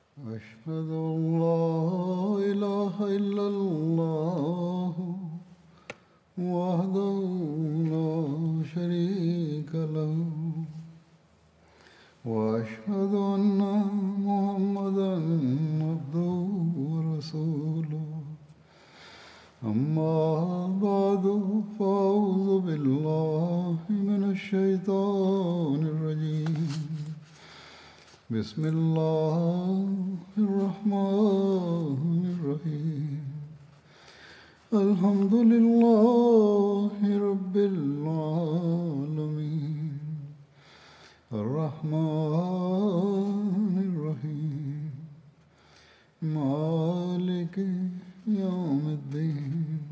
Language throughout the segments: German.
أشهد أن لا إله إلا الله وحده لا شريك له وأشهد أن محمدا عبده ورسوله أما بعد فأعوذ بالله من الشيطان الرجيم بسم الله الرحمن الرحيم الحمد لله رب العالمين الرحمن الرحيم مالك يوم الدين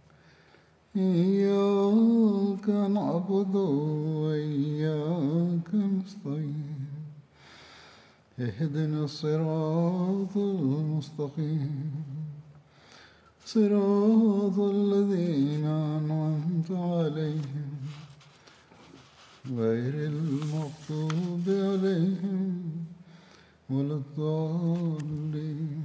إياك نعبد وإياك نستعين اهدنا الصراط المستقيم صراط الذين أنعمت عليهم غير المغضوب عليهم ولا الضالين.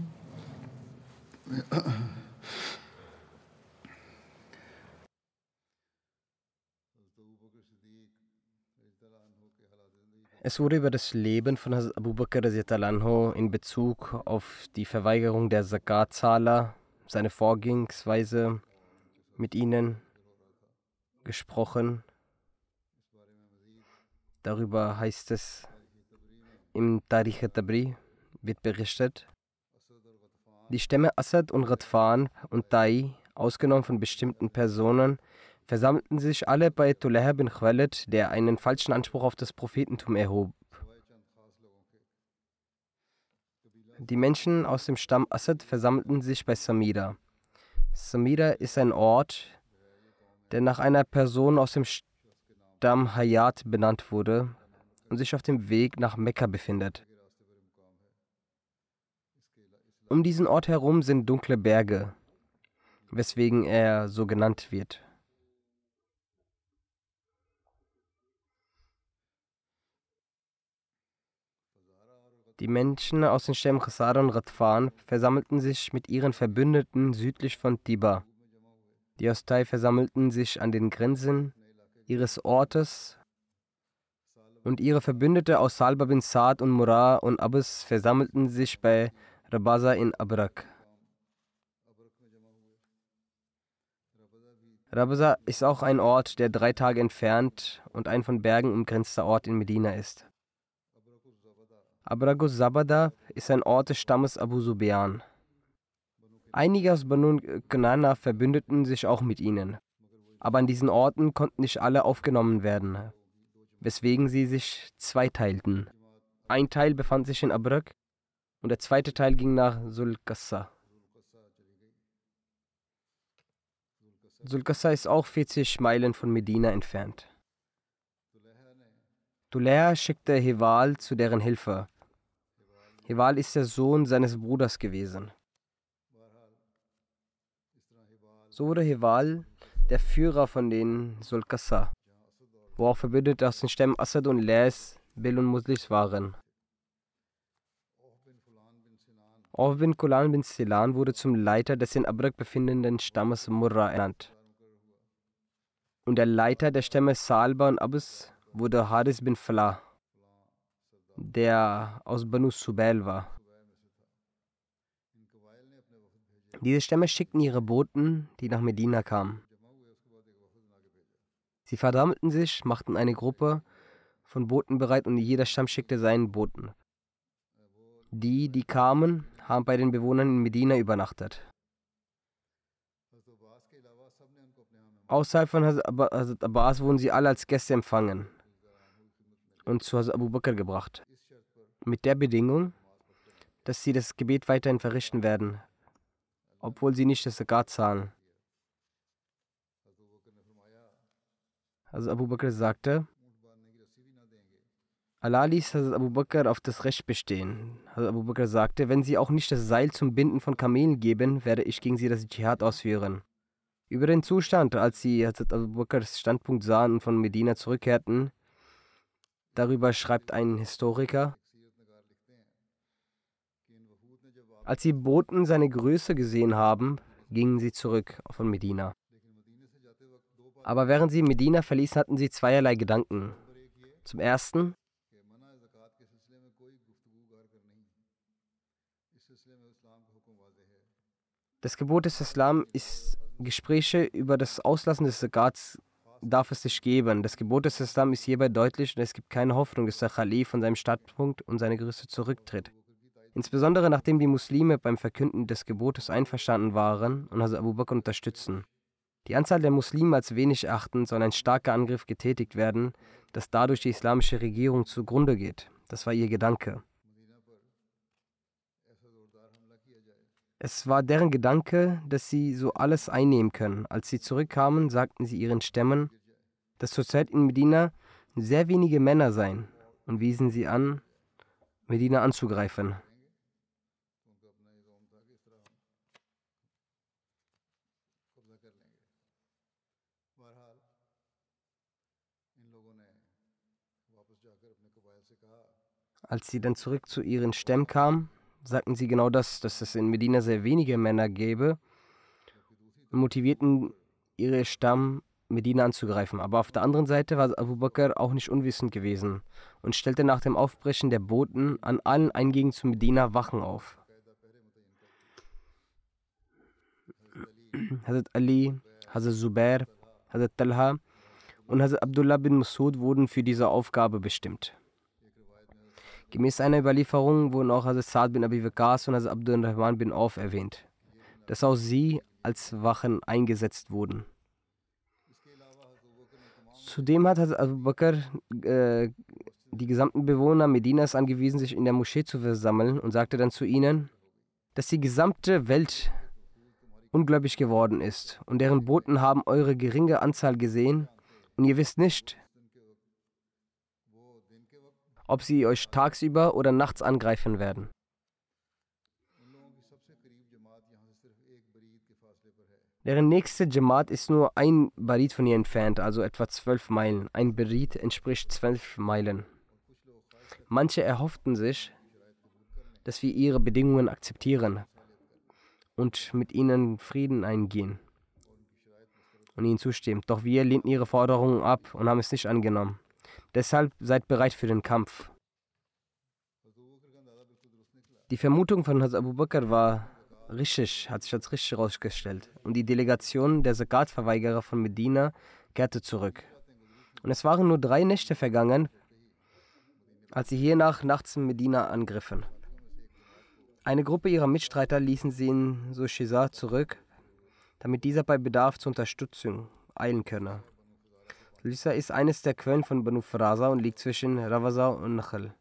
Es wurde über das Leben von Hazrat Abu Bakr radiallahu anhu in Bezug auf die Verweigerung der Zakatzahler, seine Vorgehensweise mit ihnen gesprochen. Darüber heißt es im Tarikh al-Tabri, wird berichtet, die Stämme Asad und Ghatfan und Tai, ausgenommen von bestimmten Personen, versammelten sich alle bei Tulayha bin Khalid, der einen falschen Anspruch auf das Prophetentum erhob. Die Menschen aus dem Stamm Asad versammelten sich bei Samira. Samira ist ein Ort, der nach einer Person aus dem Stamm Hayat benannt wurde und sich auf dem Weg nach Mekka befindet. Um diesen Ort herum sind dunkle Berge, weswegen er so genannt wird. Die Menschen aus den Stämmen Khazar und Ghatfan versammelten sich mit ihren Verbündeten südlich von Tiba. Die aus Tai versammelten sich an den Grenzen ihres Ortes und ihre Verbündete aus Salba bin Saad und Murrah und Abbas versammelten sich bei Rabaza in Abrak. Rabaza ist auch ein Ort, der 3 Tage entfernt und ein von Bergen umgrenzter Ort in Medina ist. Abragus Zabada ist ein Ort des Stammes Abu Sufyan. Einige aus Banu Kanana verbündeten sich auch mit ihnen, aber an diesen Orten konnten nicht alle aufgenommen werden, weswegen sie sich zweiteilten. Ein Teil befand sich in Abrak und der zweite Teil ging nach Zulqassa. Zulqassa ist auch 40 Meilen von Medina entfernt. Tulayha schickte Hiwal zu deren Hilfe. Hiwal ist der Sohn seines Bruders gewesen. So wurde Hiwal der Führer von den Zulqassa, wo auch Verbündete aus den Stämmen Asad und Lays, Bil und Muslis waren. Auf bin Kulan bin Silan wurde zum Leiter des in Abrak befindenden Stammes Murrah ernannt. Und der Leiter der Stämme Salba und Abbas wurde Haris bin Falah, der aus Banu Subail war. Diese Stämme schickten ihre Boten, die nach Medina kamen. Sie versammelten sich, machten eine Gruppe von Boten bereit und jeder Stamm schickte seinen Boten. Die kamen, haben bei den Bewohnern in Medina übernachtet. Außerhalb von Hazrat Abbas wurden sie alle als Gäste empfangen und zu Hazrat Abu Bakr gebracht, mit der Bedingung, dass sie das Gebet weiterhin verrichten werden, obwohl sie nicht das Zakat zahlen. Hazrat Abu Bakr sagte, Allah ließ Hazrat Abu Bakr auf das Recht bestehen. Hazrat Abu Bakr sagte, wenn sie auch nicht das Seil zum Binden von Kamelen geben, werde ich gegen sie das Dschihad ausführen. Über den Zustand, als sie Hazrat Abu Bakrs Standpunkt sahen und von Medina zurückkehrten, darüber schreibt ein Historiker, Als die Boten seine Größe gesehen haben, gingen sie zurück von Medina. Aber während sie Medina verließen, hatten sie zweierlei Gedanken. Zum ersten, das Gebot des Islam ist, Gespräche über das Auslassen des Zakats darf es nicht geben. Das Gebot des Islam ist hierbei deutlich und es gibt keine Hoffnung, dass der Khalif von seinem Standpunkt und seine Größe zurücktritt. Insbesondere nachdem die Muslime beim Verkünden des Gebotes einverstanden waren und Hazrat Abu Bakr unterstützen. Die Anzahl der Muslime als wenig achten, soll ein starker Angriff getätigt werden, dass dadurch die islamische Regierung zugrunde geht. Das war ihr Gedanke. Es war deren Gedanke, dass sie so alles einnehmen können. Als sie zurückkamen, sagten sie ihren Stämmen, dass zurzeit in Medina sehr wenige Männer seien und wiesen sie an, Medina anzugreifen. Als sie dann zurück zu ihren Stämmen kamen, sagten sie genau das, dass es in Medina sehr wenige Männer gäbe und motivierten ihre Stamm, Medina anzugreifen. Aber auf der anderen Seite war Abu Bakr auch nicht unwissend gewesen und stellte nach dem Aufbrechen der Boten an allen Eingängen zu Medina Wachen auf. Hazrat Ali, Hazrat Zubair, Hazrat Talha und Hazrat Abdullah bin Masud wurden für diese Aufgabe bestimmt. Gemäß einer Überlieferung wurden auch Hazrat Saad bin Abi Waqas und Hazrat Abdurrahman bin Auf erwähnt, dass auch sie als Wachen eingesetzt wurden. Zudem hat Hazrat Abu Bakr die gesamten Bewohner Medinas angewiesen, sich in der Moschee zu versammeln und sagte dann zu ihnen, dass die gesamte Welt ungläubig geworden ist und deren Boten haben eure geringe Anzahl gesehen und ihr wisst nicht, ob sie euch tagsüber oder nachts angreifen werden. Deren nächste Jamaat ist nur ein Barit von ihr entfernt, also etwa 12 Meilen. Ein Barit entspricht 12 Meilen. Manche erhofften sich, dass wir ihre Bedingungen akzeptieren und mit ihnen Frieden eingehen und ihnen zustimmen. Doch wir lehnten ihre Forderungen ab und haben es nicht angenommen. Deshalb seid bereit für den Kampf. Die Vermutung von Hazrat Abu Bakr war richtig, hat sich als richtig herausgestellt. Und die Delegation der Zakat-Verweigerer von Medina kehrte zurück. Und es waren nur 3 Nächte vergangen, als sie hiernach nachts in Medina angriffen. Eine Gruppe ihrer Mitstreiter ließen sie in Sushiza zurück, damit dieser bei Bedarf zur Unterstützung eilen könne. Lisa ist eines der Quellen von Banu Faraza und liegt zwischen Rawaza und Nakhl.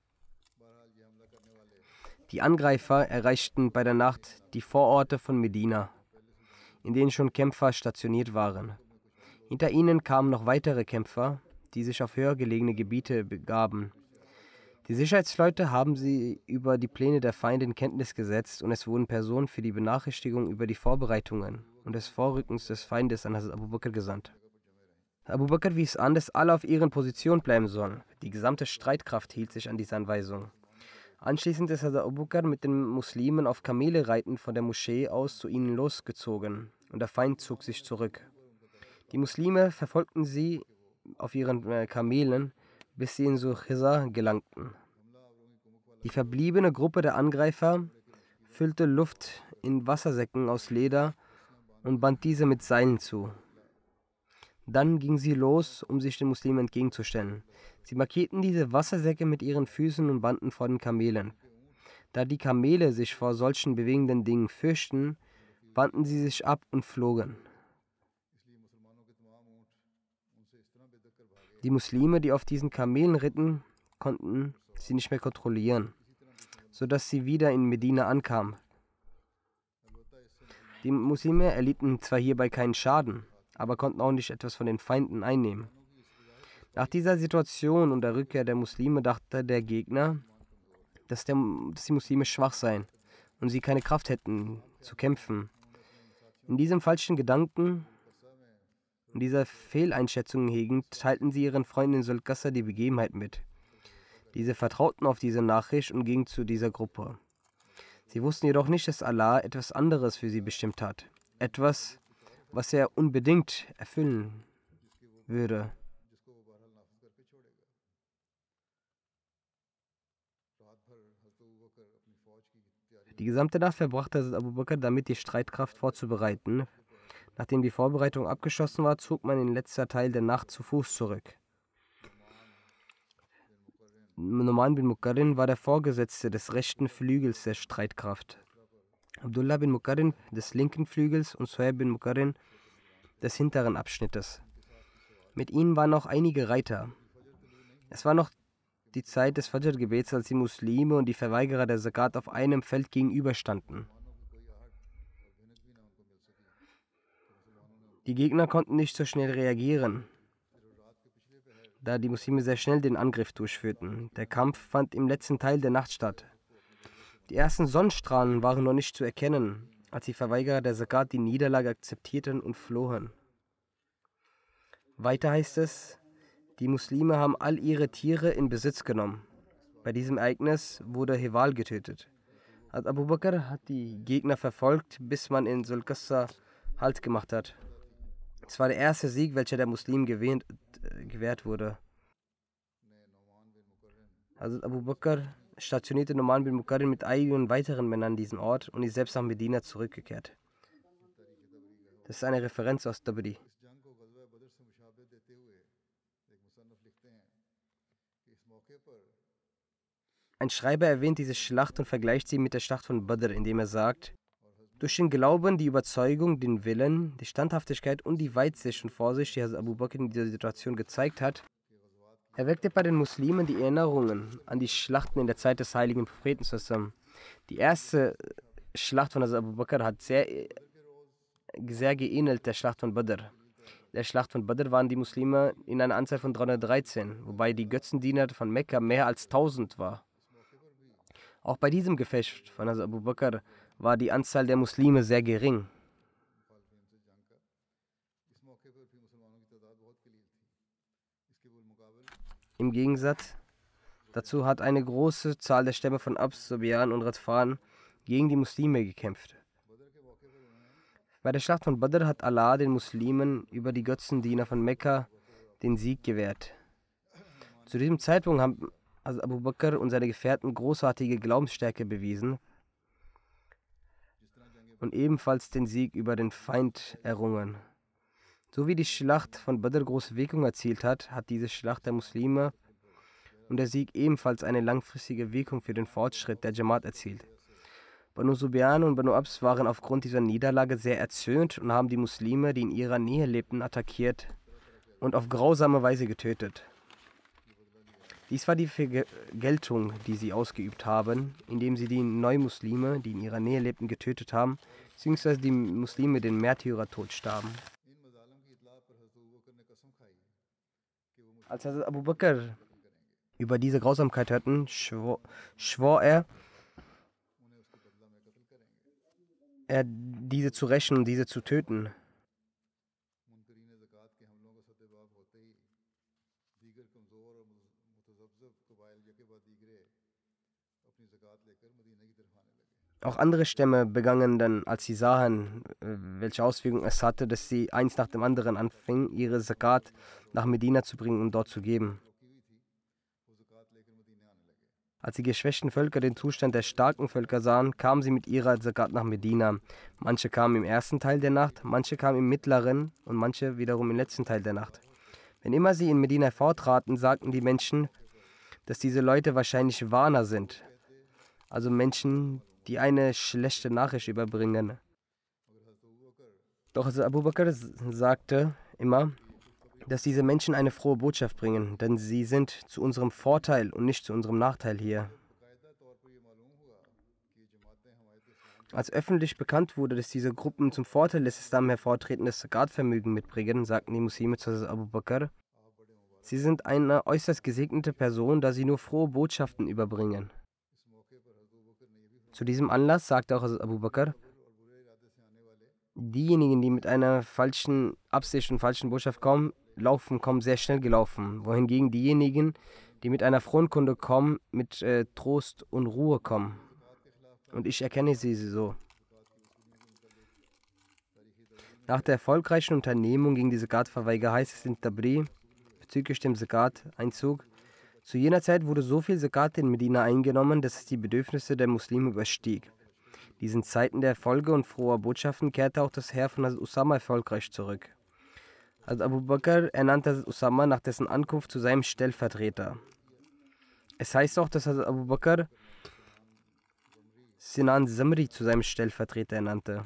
Die Angreifer erreichten bei der Nacht die Vororte von Medina, in denen schon Kämpfer stationiert waren. Hinter ihnen kamen noch weitere Kämpfer, die sich auf höher gelegene Gebiete begaben. Die Sicherheitsleute haben sie über die Pläne der Feinde in Kenntnis gesetzt und es wurden Personen für die Benachrichtigung über die Vorbereitungen und des Vorrückens des Feindes an Hazrat Abu Bakr gesandt. Abu Bakr wies an, dass alle auf ihren Positionen bleiben sollen. Die gesamte Streitkraft hielt sich an diese Anweisung. Anschließend ist Hazrat Abu Bakr mit den Muslimen auf Kamele reitend von der Moschee aus zu ihnen losgezogen und der Feind zog sich zurück. Die Muslime verfolgten sie auf ihren Kamelen, bis sie in Suchiza gelangten. Die verbliebene Gruppe der Angreifer füllte Luft in Wassersäcken aus Leder und band diese mit Seilen zu. Dann ging sie los, um sich den Muslimen entgegenzustellen. Sie markierten diese Wassersäcke mit ihren Füßen und banden vor den Kamelen. Da die Kamele sich vor solchen bewegenden Dingen fürchten, wandten sie sich ab und flogen. Die Muslime, die auf diesen Kamelen ritten, konnten sie nicht mehr kontrollieren, sodass sie wieder in Medina ankamen. Die Muslime erlitten zwar hierbei keinen Schaden, aber konnten auch nicht etwas von den Feinden einnehmen. Nach dieser Situation und der Rückkehr der Muslime dachte der Gegner, dass die Muslime schwach seien und sie keine Kraft hätten zu kämpfen. In diesem falschen Gedanken und dieser Fehleinschätzung hegend, teilten sie ihren Freunden in Sulkassa die Begebenheit mit. Diese vertrauten auf diese Nachricht und gingen zu dieser Gruppe. Sie wussten jedoch nicht, dass Allah etwas anderes für sie bestimmt hat. Etwas, was er unbedingt erfüllen würde. Die gesamte Nacht verbrachte Hazrat Abu Bakr damit, die Streitkraft vorzubereiten. Nachdem die Vorbereitung abgeschlossen war, zog man in letzter Teil der Nacht zu Fuß zurück. Nu'man bin Muqarrin war der Vorgesetzte des rechten Flügels der Streitkraft. Abdullah bin Muqarrin des linken Flügels und Suhaib bin Muqarrin des hinteren Abschnittes. Mit ihnen waren noch einige Reiter. Es war noch die Zeit des Fajr-Gebets, als die Muslime und die Verweigerer der Zakat auf einem Feld gegenüberstanden. Die Gegner konnten nicht so schnell reagieren, da die Muslime sehr schnell den Angriff durchführten. Der Kampf fand im letzten Teil der Nacht statt. Die ersten Sonnenstrahlen waren noch nicht zu erkennen, als die Verweigerer der Zakat die Niederlage akzeptierten und flohen. Weiter heißt es, die Muslime haben all ihre Tiere in Besitz genommen. Bei diesem Ereignis wurde Hiwal getötet. Abu Bakr hat die Gegner verfolgt, bis man in Sulqassa Halt gemacht hat. Es war der erste Sieg, welcher der Muslimen gewährt wurde. Hazrat Abu Bakr stationierte Nu'man bin Muqarrin mit einigen weiteren Männern an diesem Ort und ist selbst nach Medina zurückgekehrt. Das ist eine Referenz aus Tabari. Ein Schreiber erwähnt diese Schlacht und vergleicht sie mit der Schlacht von Badr, indem er sagt: Durch den Glauben, die Überzeugung, den Willen, die Standhaftigkeit und die Weitsicht und Vorsicht, die Hazrat Abu Bakr in dieser Situation gezeigt hat, erweckte bei den Muslimen die Erinnerungen an die Schlachten in der Zeit des heiligen Propheten zusammen. Die erste Schlacht von Hazrat Abu Bakr hat sehr geähnelt der Schlacht von Badr. In der Schlacht von Badr waren die Muslime in einer Anzahl von 313, wobei die Götzendiener von Mekka mehr als 1000 war. Auch bei diesem Gefecht von Hazrat Abu Bakr war die Anzahl der Muslime sehr gering. Im Gegensatz dazu hat eine große Zahl der Stämme von Abs, Subyan und Radfan gegen die Muslime gekämpft. Bei der Schlacht von Badr hat Allah den Muslimen über die Götzendiener von Mekka den Sieg gewährt. Zu diesem Zeitpunkt haben Abu Bakr und seine Gefährten großartige Glaubensstärke bewiesen und ebenfalls den Sieg über den Feind errungen. So wie die Schlacht von Badr große Wirkung erzielt hat, hat diese Schlacht der Muslime und der Sieg ebenfalls eine langfristige Wirkung für den Fortschritt der Jamaat erzielt. Banu Subyan und Banu Abs waren aufgrund dieser Niederlage sehr erzürnt und haben die Muslime, die in ihrer Nähe lebten, attackiert und auf grausame Weise getötet. Dies war die Vergeltung, die sie ausgeübt haben, indem sie die Neumuslime, die in ihrer Nähe lebten, getötet haben, beziehungsweise die Muslime den Märtyrertod starben. Als Hazrat Abu Bakr über diese Grausamkeit hörten, schwor er, diese zu rächen und diese zu töten. Auch andere Stämme begannen dann, als sie sahen, welche Auswirkungen es hatte, dass sie eins nach dem anderen anfingen, ihre Zakat nach Medina zu bringen und dort zu geben. Als die geschwächten Völker den Zustand der starken Völker sahen, kamen sie mit ihrer Zakat nach Medina. Manche kamen im ersten Teil der Nacht, manche kamen im mittleren und manche wiederum im letzten Teil der Nacht. Wenn immer sie in Medina vortraten, sagten die Menschen, dass diese Leute wahrscheinlich Warner sind, also Menschen, die eine schlechte Nachricht überbringen. Doch Abu Bakr sagte immer, dass diese Menschen eine frohe Botschaft bringen, denn sie sind zu unserem Vorteil und nicht zu unserem Nachteil hier. Als öffentlich bekannt wurde, dass diese Gruppen zum Vorteil des Islam hervortretendes Zakatvermögen mitbringen, sagten die Muslime zu Abu Bakr, sie sind eine äußerst gesegnete Person, da sie nur frohe Botschaften überbringen. Zu diesem Anlass sagte auch Abu Bakr, diejenigen, die mit einer falschen Absicht und falschen Botschaft kommen sehr schnell gelaufen, wohingegen diejenigen, die mit einer frohen Kunde kommen, mit Trost und Ruhe kommen. und ich erkenne sie so. Nach der erfolgreichen Unternehmung gegen die Zakatverweigerer heißt es in Tabri bezüglich dem Zakat-Einzug: Zu jener Zeit wurde so viel Zakat in Medina eingenommen, dass es die Bedürfnisse der Muslime überstieg. Diesen Zeiten der Erfolge und froher Botschaften kehrte auch das Heer von Hazrat Usama erfolgreich zurück. Hazrat Abu Bakr ernannte Hazrat Usama nach dessen Ankunft zu seinem Stellvertreter. Es heißt auch, dass Hazrat Abu Bakr Sinan Samri zu seinem Stellvertreter ernannte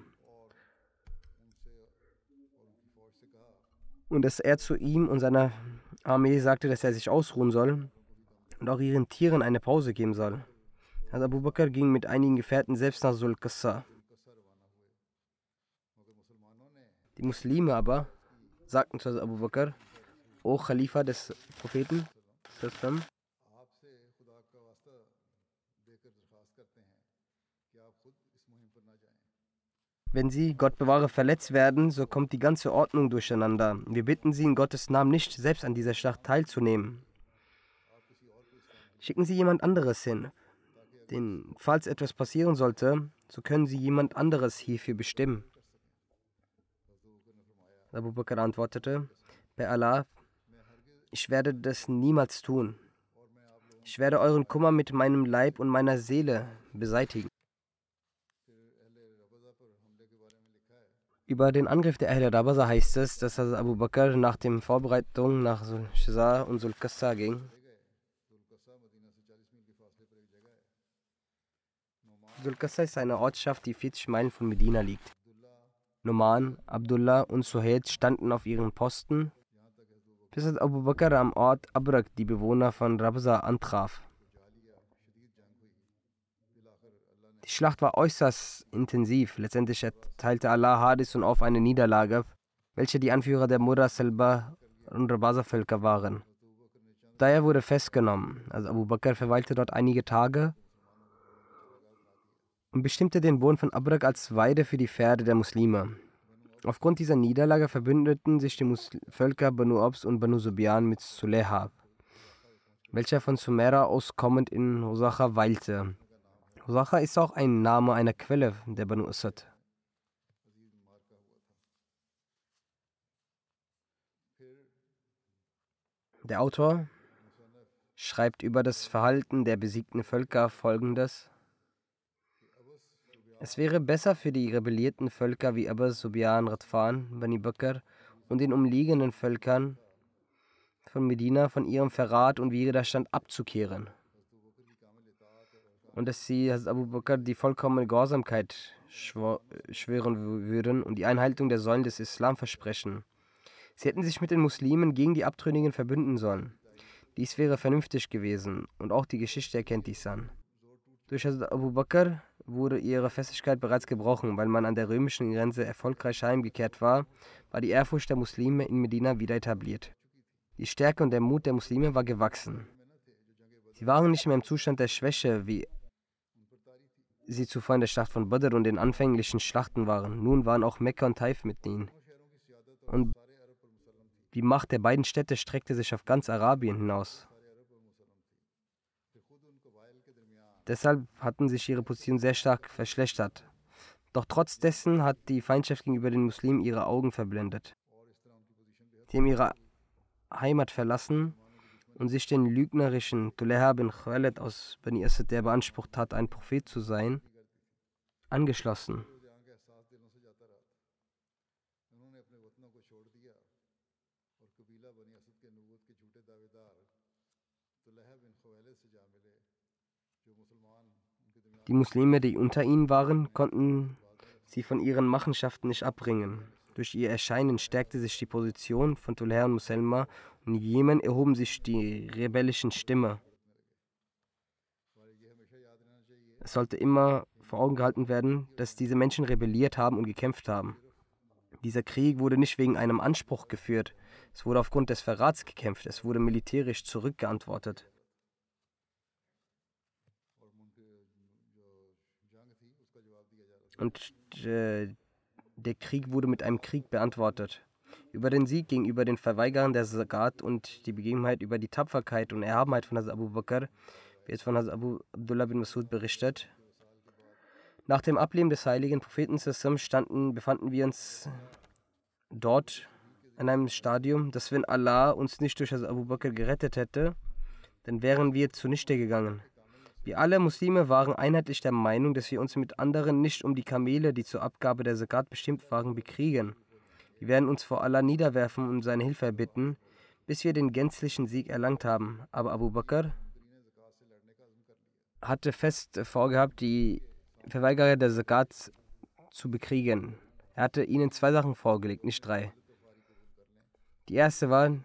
und dass er zu ihm und seiner Armee sagte, dass er sich ausruhen soll und auch ihren Tieren eine Pause geben soll. Hazrat Abu Bakr ging mit einigen Gefährten selbst nach Sul-Qassa. Die Muslime aber sagten zu Hazrat Abu Bakr: O Khalifa des Propheten, wenn Sie, Gott bewahre, verletzt werden, so kommt die ganze Ordnung durcheinander. Wir bitten Sie in Gottes Namen nicht, selbst an dieser Schlacht teilzunehmen. Schicken Sie jemand anderes hin. Denn falls etwas passieren sollte, so können Sie jemand anderes hierfür bestimmen. Abu Bakr antwortete: Bei Allah, ich werde das niemals tun. Ich werde euren Kummer mit meinem Leib und meiner Seele beseitigen. Über den Angriff der Ahl Rabasa heißt es, dass Abu Bakr nach den Vorbereitungen nach Sul-Shisa und Sul-Qassa ging. Sul-Qassa ist eine Ortschaft, die 40 Meilen von Medina liegt. Numan, Abdullah und Suhaid standen auf ihren Posten, bis Abu Bakr am Ort Abrak die Bewohner von Rabza antraf. Die Schlacht war äußerst intensiv. Letztendlich erteilte Allah Hadis und auf eine Niederlage, welche die Anführer der Murra, Selba und Rabasa-Völker waren. Daher wurde festgenommen. Also Abu Bakr verweilte dort einige Tage und bestimmte den Boden von Abrak als Weide für die Pferde der Muslime. Aufgrund dieser Niederlage verbündeten sich die Völker Banu Abs und Banu Subyan mit Sulehab, welcher von Sumera aus kommend in Husacha weilte. Husacha ist auch ein Name einer Quelle der Banu Asad. Der Autor schreibt über das Verhalten der besiegten Völker Folgendes: Es wäre besser für die rebellierten Völker wie Abbas, Subyan, Radfan, Bani Bakr und den umliegenden Völkern von Medina von ihrem Verrat und Widerstand abzukehren und dass sie Abu Bakr die vollkommene Gehorsamkeit schwören würden und die Einhaltung der Säulen des Islam versprechen. Sie hätten sich mit den Muslimen gegen die Abtrünnigen verbünden sollen. Dies wäre vernünftig gewesen und auch die Geschichte erkennt dies an. Durch Abu Bakr wurde ihre Festigkeit bereits gebrochen, weil man an der römischen Grenze erfolgreich heimgekehrt war die Ehrfurcht der Muslime in Medina wieder etabliert. Die Stärke und der Mut der Muslime war gewachsen. Sie waren nicht mehr im Zustand der Schwäche, wie sie zuvor in der Schlacht von Badr und den anfänglichen Schlachten waren. Nun waren auch Mekka und Taif mit ihnen. Und die Macht der beiden Städte streckte sich auf ganz Arabien hinaus. Deshalb hatten sich ihre Positionen sehr stark verschlechtert. Doch trotz dessen hat die Feindschaft gegenüber den Muslimen ihre Augen verblendet. Sie haben ihre Heimat verlassen und sich den lügnerischen Tuleha bin Khalid aus Bani Asad, der beansprucht hat, ein Prophet zu sein, angeschlossen. Die Muslime, die unter ihnen waren, konnten sie von ihren Machenschaften nicht abbringen. Durch ihr Erscheinen stärkte sich die Position von Tuleha und Muselma und in Jemen erhoben sich die rebellischen Stimme. Es sollte immer vor Augen gehalten werden, dass diese Menschen rebelliert haben und gekämpft haben. Dieser Krieg wurde nicht wegen einem Anspruch geführt, es wurde aufgrund des Verrats gekämpft, es wurde militärisch zurückgeantwortet. Und der Krieg wurde mit einem Krieg beantwortet. Über den Sieg gegenüber den Verweigerern der Zakat und die Begebenheit über die Tapferkeit und Erhabenheit von Hazrat Abu Bakr wird von Hazrat Abdullah bin Masud berichtet. Nach dem Ableben des heiligen Propheten befanden wir uns dort in einem Stadium, dass wenn Allah uns nicht durch Hazrat Abu Bakr gerettet hätte, dann wären wir zunichte gegangen. Wir alle Muslime waren einheitlich der Meinung, dass wir uns mit anderen nicht um die Kamele, die zur Abgabe der Zakat bestimmt waren, bekriegen. Wir werden uns vor Allah niederwerfen und seine Hilfe erbitten, bis wir den gänzlichen Sieg erlangt haben. Aber Abu Bakr hatte fest vorgehabt, die Verweigerer der Zakat zu bekriegen. Er hatte ihnen 2 Sachen vorgelegt, nicht 3. Die erste war,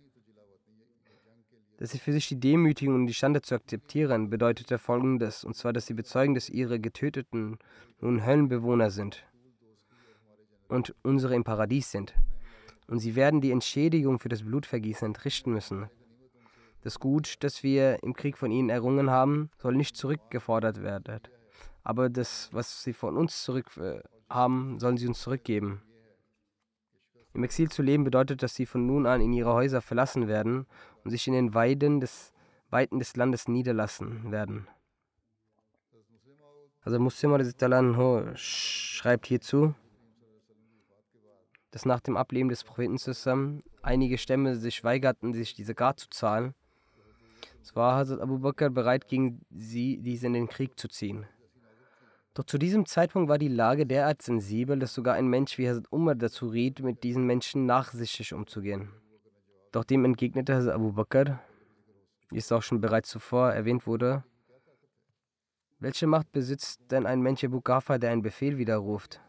dass sie für sich die Demütigung und die Schande zu akzeptieren, bedeutete Folgendes, und zwar, dass sie bezeugen, dass ihre Getöteten nun Höllenbewohner sind und unsere im Paradies sind. Und sie werden die Entschädigung für das Blutvergießen entrichten müssen. Das Gut, das wir im Krieg von ihnen errungen haben, soll nicht zurückgefordert werden. Aber das, was sie von uns zurück haben, sollen sie uns zurückgeben. Im Exil zu leben bedeutet, dass sie von nun an in ihre Häuser verlassen werden und sich in den Weiden des Landes niederlassen werden. Also Muslim schreibt hierzu, dass nach dem Ableben des Propheten einige Stämme sich weigerten, sich die Zakat zu zahlen. So war Hazrat Abu Bakr bereit, gegen diese in den Krieg zu ziehen. Doch zu diesem Zeitpunkt war die Lage derart sensibel, dass sogar ein Mensch wie Hazrat Umar dazu riet, mit diesen Menschen nachsichtig umzugehen. Doch dem entgegnete Hazrat Abu Bakr, wie es auch schon bereits zuvor erwähnt wurde, welche Macht besitzt denn ein Mensch Abu Ghaffar, der einen Befehl widerruft,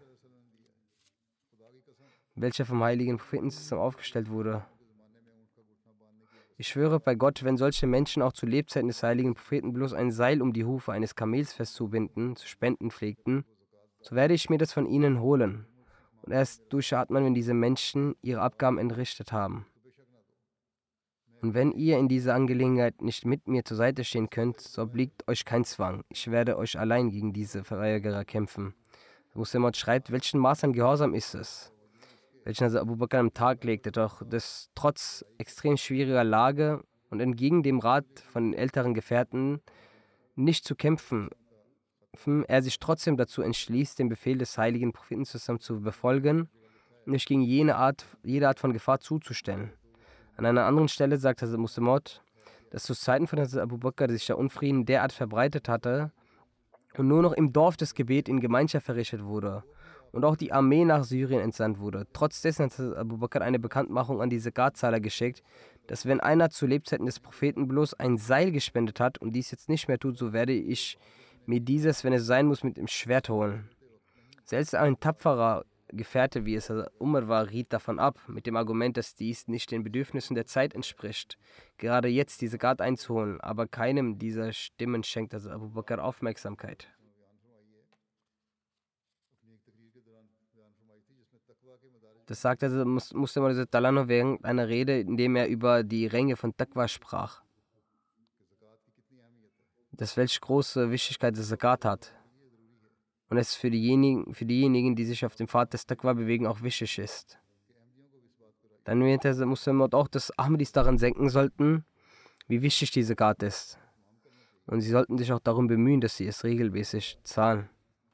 welcher vom heiligen Propheten aufgestellt wurde? Ich schwöre bei Gott, wenn solche Menschen auch zu Lebzeiten des heiligen Propheten bloß ein Seil um die Hufe eines Kamels festzubinden, zu spenden pflegten, so werde ich mir das von ihnen holen und erst durchatmen, wenn diese Menschen ihre Abgaben entrichtet haben. Und wenn ihr in dieser Angelegenheit nicht mit mir zur Seite stehen könnt, so obliegt euch kein Zwang. Ich werde euch allein gegen diese Verweigerer kämpfen. Muslim schreibt, welchen Maß an Gehorsam ist es, welchen also Abu Bakr am Tag legte, doch das trotz extrem schwieriger Lage und entgegen dem Rat von den älteren Gefährten nicht zu kämpfen, er sich trotzdem dazu entschließt, den Befehl des heiligen Propheten zu befolgen und nicht gegen jede Art von Gefahr zuzustellen. An einer anderen Stelle sagt Hazrat Muslim, dass zu Zeiten von Hazrat Abu Bakr sich der Unfrieden derart verbreitet hatte und nur noch im Dorf das Gebet in Gemeinschaft verrichtet wurde und auch die Armee nach Syrien entsandt wurde. Trotz dessen hat Abu Bakr eine Bekanntmachung an die Zakatzahler geschickt, dass wenn einer zu Lebzeiten des Propheten bloß ein Seil gespendet hat und dies jetzt nicht mehr tut, so werde ich mir dieses, wenn es sein muss, mit dem Schwert holen. Selbst ein tapferer Gefährte, wie es Umar war, riet davon ab, mit dem Argument, dass dies nicht den Bedürfnissen der Zeit entspricht, gerade jetzt diese Zakat einzuholen, aber keinem dieser Stimmen schenkt Abu Bakr Aufmerksamkeit. Das sagte Muslim während einer Rede, in der er über die Ränge von Taqwa sprach. Das welche große Wichtigkeit der Zakat hat. Und es für diejenigen, die sich auf dem Pfad des Taqwa bewegen, auch wichtig ist. Dann erwähnte der Muslim auch, dass Ahmadis daran senken sollten, wie wichtig die Zakat ist. Und sie sollten sich auch darum bemühen, dass sie es regelmäßig zahlen.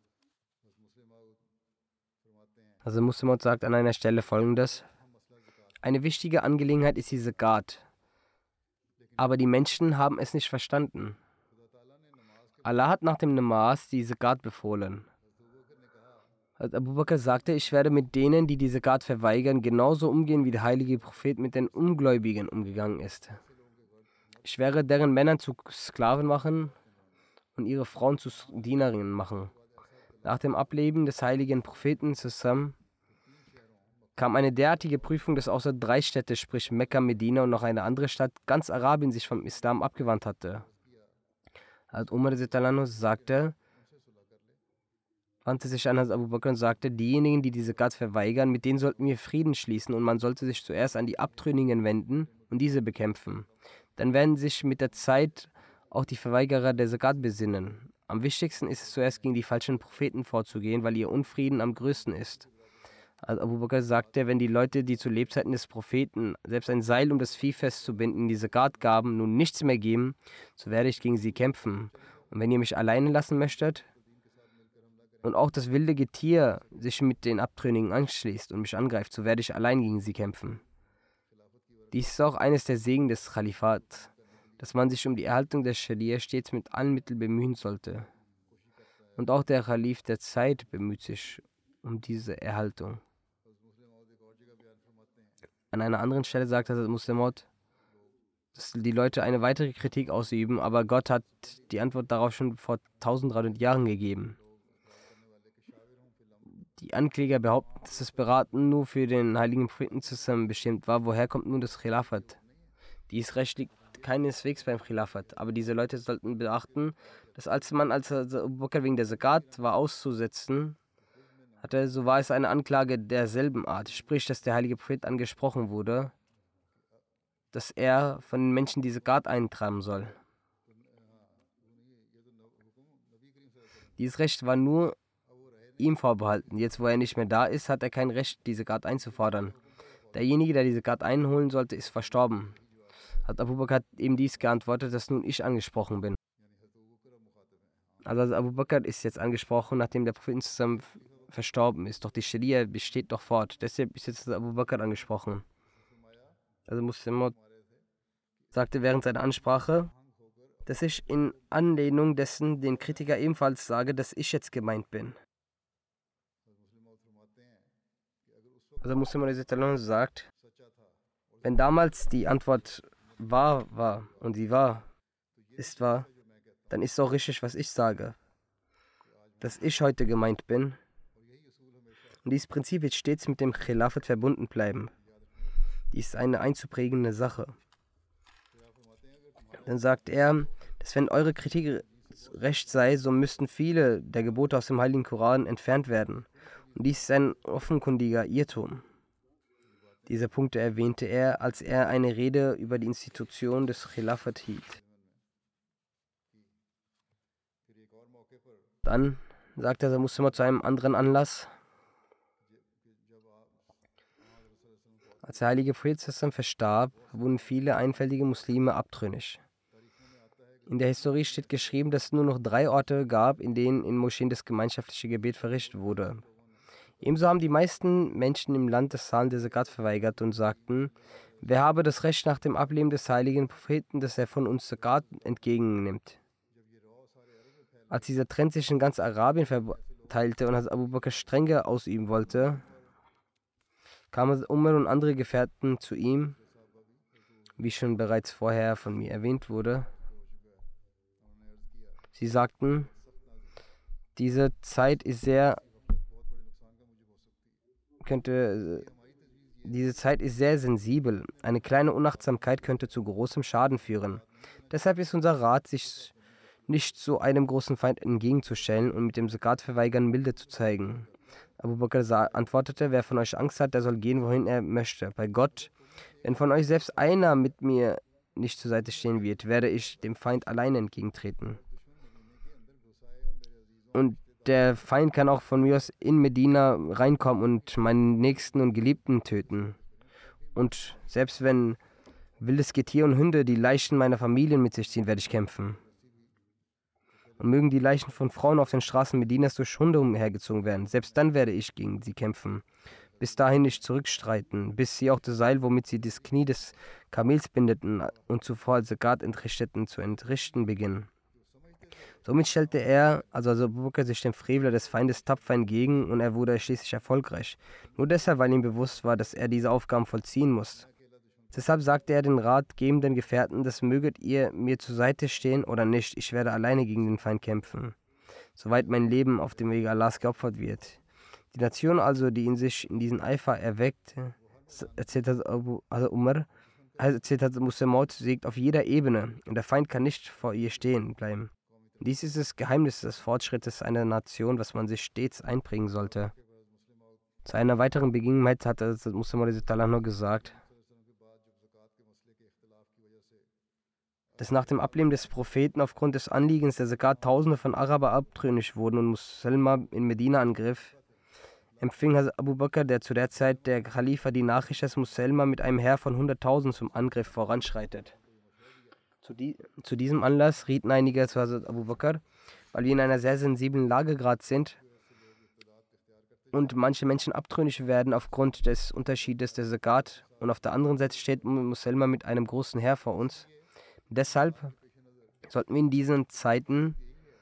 Also Muslim sagt an einer Stelle Folgendes: Eine wichtige Angelegenheit ist die Zakat, aber die Menschen haben es nicht verstanden. Allah hat nach dem Namaz die Zakat befohlen. Abu Bakr sagte, ich werde mit denen, die Zakat verweigern, genauso umgehen, wie der heilige Prophet mit den Ungläubigen umgegangen ist. Ich werde deren Männer zu Sklaven machen und ihre Frauen zu Dienerinnen machen. Nach dem Ableben des heiligen Propheten kam eine derartige Prüfung, dass außer 3 Städte, sprich Mekka, Medina und noch eine andere Stadt, ganz Arabien sich vom Islam abgewandt hatte. Als Umar wandte sich an Abu Bakr und sagte, diejenigen, die diese Zakat verweigern, mit denen sollten wir Frieden schließen und man sollte sich zuerst an die Abtrünnigen wenden und diese bekämpfen. Dann werden sich mit der Zeit auch die Verweigerer der Zakat besinnen. Am wichtigsten ist es zuerst gegen die falschen Propheten vorzugehen, weil ihr Unfrieden am größten ist. Also Abu Bakr sagte, wenn die Leute, die zu Lebzeiten des Propheten selbst ein Seil um das Vieh festzubinden, die Zakat gaben, nun nichts mehr geben, so werde ich gegen sie kämpfen. Und wenn ihr mich alleine lassen möchtet, und auch das wilde Getier sich mit den Abtrünnigen anschließt und mich angreift, so werde ich allein gegen sie kämpfen. Dies ist auch eines der Segen des Khalifat, dass man sich um die Erhaltung der Scharia stets mit allen Mitteln bemühen sollte. Und auch der Khalif der Zeit bemüht sich um diese Erhaltung. An einer anderen Stelle sagt Hazrat Musleh Maud, dass die Leute eine weitere Kritik ausüben, aber Gott hat die Antwort darauf schon vor 1300 Jahren gegeben. Die Ankläger behaupten, dass das Beraten nur für den heiligen Propheten zusammen bestimmt war. Woher kommt nun das Khilafat? Dies Recht liegt keineswegs beim Khilafat, aber diese Leute sollten beachten, dass als Abu Bakr wegen der Zakat war auszusetzen hatte, so war es eine Anklage derselben Art, sprich, dass der heilige Prophet angesprochen wurde, dass er von den Menschen die Zakat eintreiben soll. Dieses Recht war nur ihm vorbehalten. Jetzt, wo er nicht mehr da ist, hat er kein Recht, die Zakat einzufordern. Derjenige, der die Zakat einholen sollte, ist verstorben. Hat Abu Bakr eben dies geantwortet, dass nun ich angesprochen bin. Also Abu Bakr ist jetzt angesprochen, nachdem der Prophet zusammen verstorben ist. Doch die Scharia besteht doch fort. Deshalb ist jetzt Abu Bakr angesprochen. Also Musleh Maud sagte während seiner Ansprache, dass ich in Anlehnung dessen den Kritiker ebenfalls sage, dass ich jetzt gemeint bin. Also Musleh Maud sagt, wenn damals die Antwort wahr war und sie wahr ist wahr, dann ist es auch richtig, was ich sage, dass ich heute gemeint bin. Und dieses Prinzip wird stets mit dem Khilafat verbunden bleiben. Dies ist eine einzuprägende Sache. Dann sagt er, dass wenn eure Kritik recht sei, so müssten viele der Gebote aus dem Heiligen Koran entfernt werden. Und dies ist ein offenkundiger Irrtum. Diese Punkte erwähnte er, als er eine Rede über die Institution des Khilafat hielt. Dann sagte er Musleh Maud zu einem anderen Anlass, als der heilige Prophet verstarb, wurden viele einfältige Muslime abtrünnig. In der Historie steht geschrieben, dass es nur noch 3 Orte gab, in denen in Moscheen das gemeinschaftliche Gebet verrichtet wurde. Ebenso haben die meisten Menschen im Land das Zahlen der Zakat verweigert und sagten, wer habe das Recht nach dem Ableben des heiligen Propheten, dass er von uns Zakat entgegennimmt. Als dieser Trend sich in ganz Arabien verteilte und als Abu Bakr Strenge ausüben wollte, kamen Umar und andere Gefährten zu ihm, wie schon bereits vorher von mir erwähnt wurde. Sie sagten, diese Zeit ist sehr sensibel. Eine kleine Unachtsamkeit könnte zu großem Schaden führen. Deshalb ist unser Rat, sich nicht so einem großen Feind entgegenzustellen und mit dem Zakat-Verweigern Milde zu zeigen. Abu Bakr antwortete, wer von euch Angst hat, der soll gehen, wohin er möchte. Bei Gott, wenn von euch selbst einer mit mir nicht zur Seite stehen wird, werde ich dem Feind alleine entgegentreten. Und der Feind kann auch von mir aus in Medina reinkommen und meinen Nächsten und Geliebten töten. Und selbst wenn wildes Getier und Hunde die Leichen meiner Familien mit sich ziehen, werde ich kämpfen. Und mögen die Leichen von Frauen auf den Straßen Medinas durch Hunde umhergezogen werden, selbst dann werde ich gegen sie kämpfen. Bis dahin nicht zurückstreiten, bis sie auch das Seil, womit sie das Knie des Kamels bindeten und zuvor als Zakat entrichteten, zu entrichten beginnen. Somit stellte er, also Abu Bakr, sich dem Frevler des Feindes tapfer entgegen und er wurde schließlich erfolgreich. Nur deshalb, weil ihm bewusst war, dass er diese Aufgaben vollziehen muss. Deshalb sagte er den ratgebenden Gefährten, das möget ihr mir zur Seite stehen oder nicht, ich werde alleine gegen den Feind kämpfen, soweit mein Leben auf dem Wege Allahs geopfert wird. Die Nation also, die in sich in diesen Eifer erweckt, erzählt Umar, erzählt Musleh Maud, siegt auf jeder Ebene und der Feind kann nicht vor ihr stehen bleiben. Dies ist das Geheimnis des Fortschrittes einer Nation, was man sich stets einbringen sollte. Zu einer weiteren Begebenheit hat Musleh Maud nur gesagt, dass nach dem Ableben des Propheten aufgrund des Anliegens der Zakat Tausende von Araber abtrünnig wurden und Muselma in Medina angriff, empfing Abu Bakr, der zu der Zeit der Khalifa, die Nachricht, dass Muselma mit einem Heer von 100.000 zum Angriff voranschreitet. Zu diesem Anlass rieten einige zu Abu Bakr, weil wir in einer sehr sensiblen Lage gerade sind, und manche Menschen abtrünnig werden aufgrund des Unterschiedes der Zakat. Und auf der anderen Seite steht Muselma mit einem großen Heer vor uns. Deshalb sollten wir in diesen Zeiten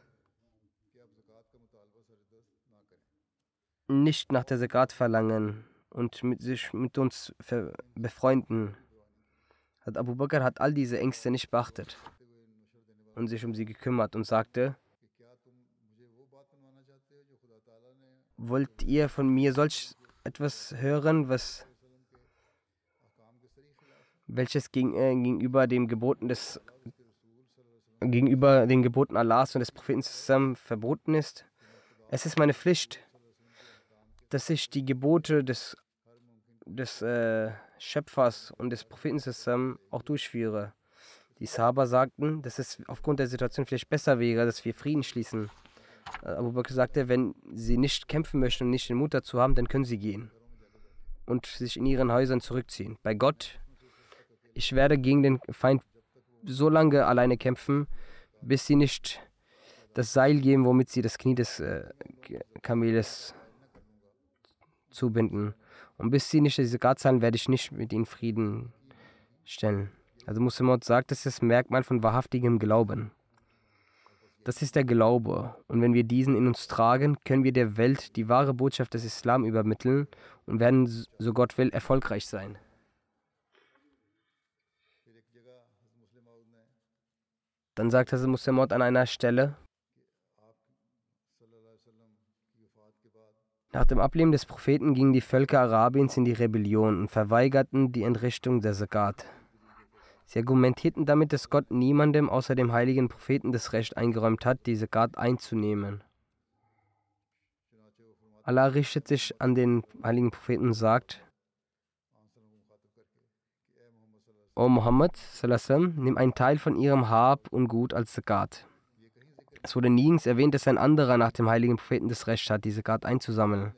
nicht nach der Zakat verlangen und sich mit uns befreunden. Abu Bakr hat all diese Ängste nicht beachtet und sich um sie gekümmert und sagte: Wollt ihr von mir solch etwas hören, welches gegenüber den Geboten Allahs und des Propheten zusammen verboten ist? Es ist meine Pflicht, dass ich die Gebote des Schöpfers und des Propheten zusammen auch durchführe. Die Sahaba sagten, dass es aufgrund der Situation vielleicht besser wäre, dass wir Frieden schließen. Abu Bakr sagte, wenn sie nicht kämpfen möchten und nicht den Mut dazu haben, dann können sie gehen und sich in ihren Häusern zurückziehen. Bei Gott, ich werde gegen den Feind so lange alleine kämpfen, bis sie nicht das Seil geben, womit sie das Knie des Kameles zubinden. Und bis sie nicht diese Zakat zahlen, werde ich nicht mit ihnen Frieden stellen. Also Muslimot sagt, das ist das Merkmal von wahrhaftigem Glauben. Das ist der Glaube. Und wenn wir diesen in uns tragen, können wir der Welt die wahre Botschaft des Islam übermitteln und werden, so Gott will, erfolgreich sein. Dann sagt Hazrat Musleh Maud an einer Stelle: Nach dem Ableben des Propheten gingen die Völker Arabiens in die Rebellion und verweigerten die Entrichtung der Zakat. Sie argumentierten damit, dass Gott niemandem außer dem heiligen Propheten das Recht eingeräumt hat, die Zakat einzunehmen. Allah richtet sich an den heiligen Propheten und sagt: O Muhammad, nimm einen Teil von ihrem Hab und Gut als Zakat. Es wurde nirgends erwähnt, dass ein anderer nach dem heiligen Propheten das Recht hat, die Zakat einzusammeln.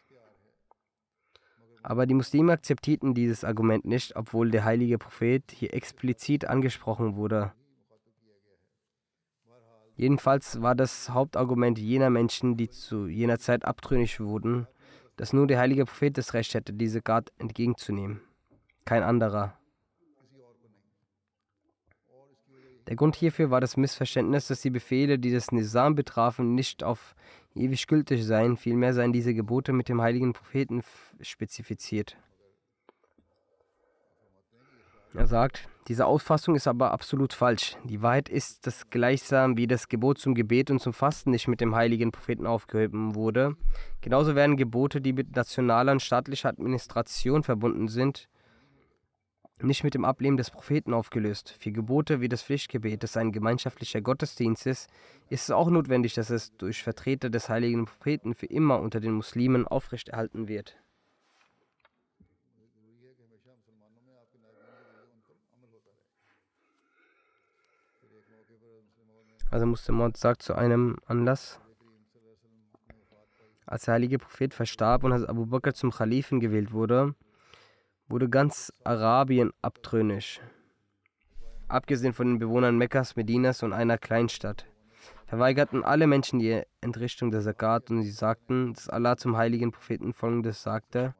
Aber die Muslime akzeptierten dieses Argument nicht, obwohl der heilige Prophet hier explizit angesprochen wurde. Jedenfalls war das Hauptargument jener Menschen, die zu jener Zeit abtrünnig wurden, dass nur der heilige Prophet das Recht hätte, diese Zakat entgegenzunehmen. Kein anderer. Der Grund hierfür war das Missverständnis, dass die Befehle, die das Nizam betrafen, nicht auf ewig gültig seien, vielmehr seien diese Gebote mit dem heiligen Propheten spezifiziert. Er sagt, diese Auffassung ist aber absolut falsch. Die Wahrheit ist, dass gleichsam wie das Gebot zum Gebet und zum Fasten nicht mit dem heiligen Propheten aufgehoben wurde, genauso werden Gebote, die mit nationaler und staatlicher Administration verbunden sind, nicht mit dem Ableben des Propheten aufgelöst. Für Gebote wie das Pflichtgebet, das ein gemeinschaftlicher Gottesdienst ist, ist es auch notwendig, dass es durch Vertreter des heiligen Propheten für immer unter den Muslimen aufrechterhalten wird. Also Musleh Maud sagt zu einem Anlass: Als der heilige Prophet verstarb und als Abu Bakr zum Khalifen gewählt wurde, wurde ganz Arabien abtrünnig. Abgesehen von den Bewohnern Mekkas, Medinas und einer Kleinstadt verweigerten alle Menschen die Entrichtung der Zakat und sie sagten, dass Allah zum heiligen Propheten Folgendes sagte: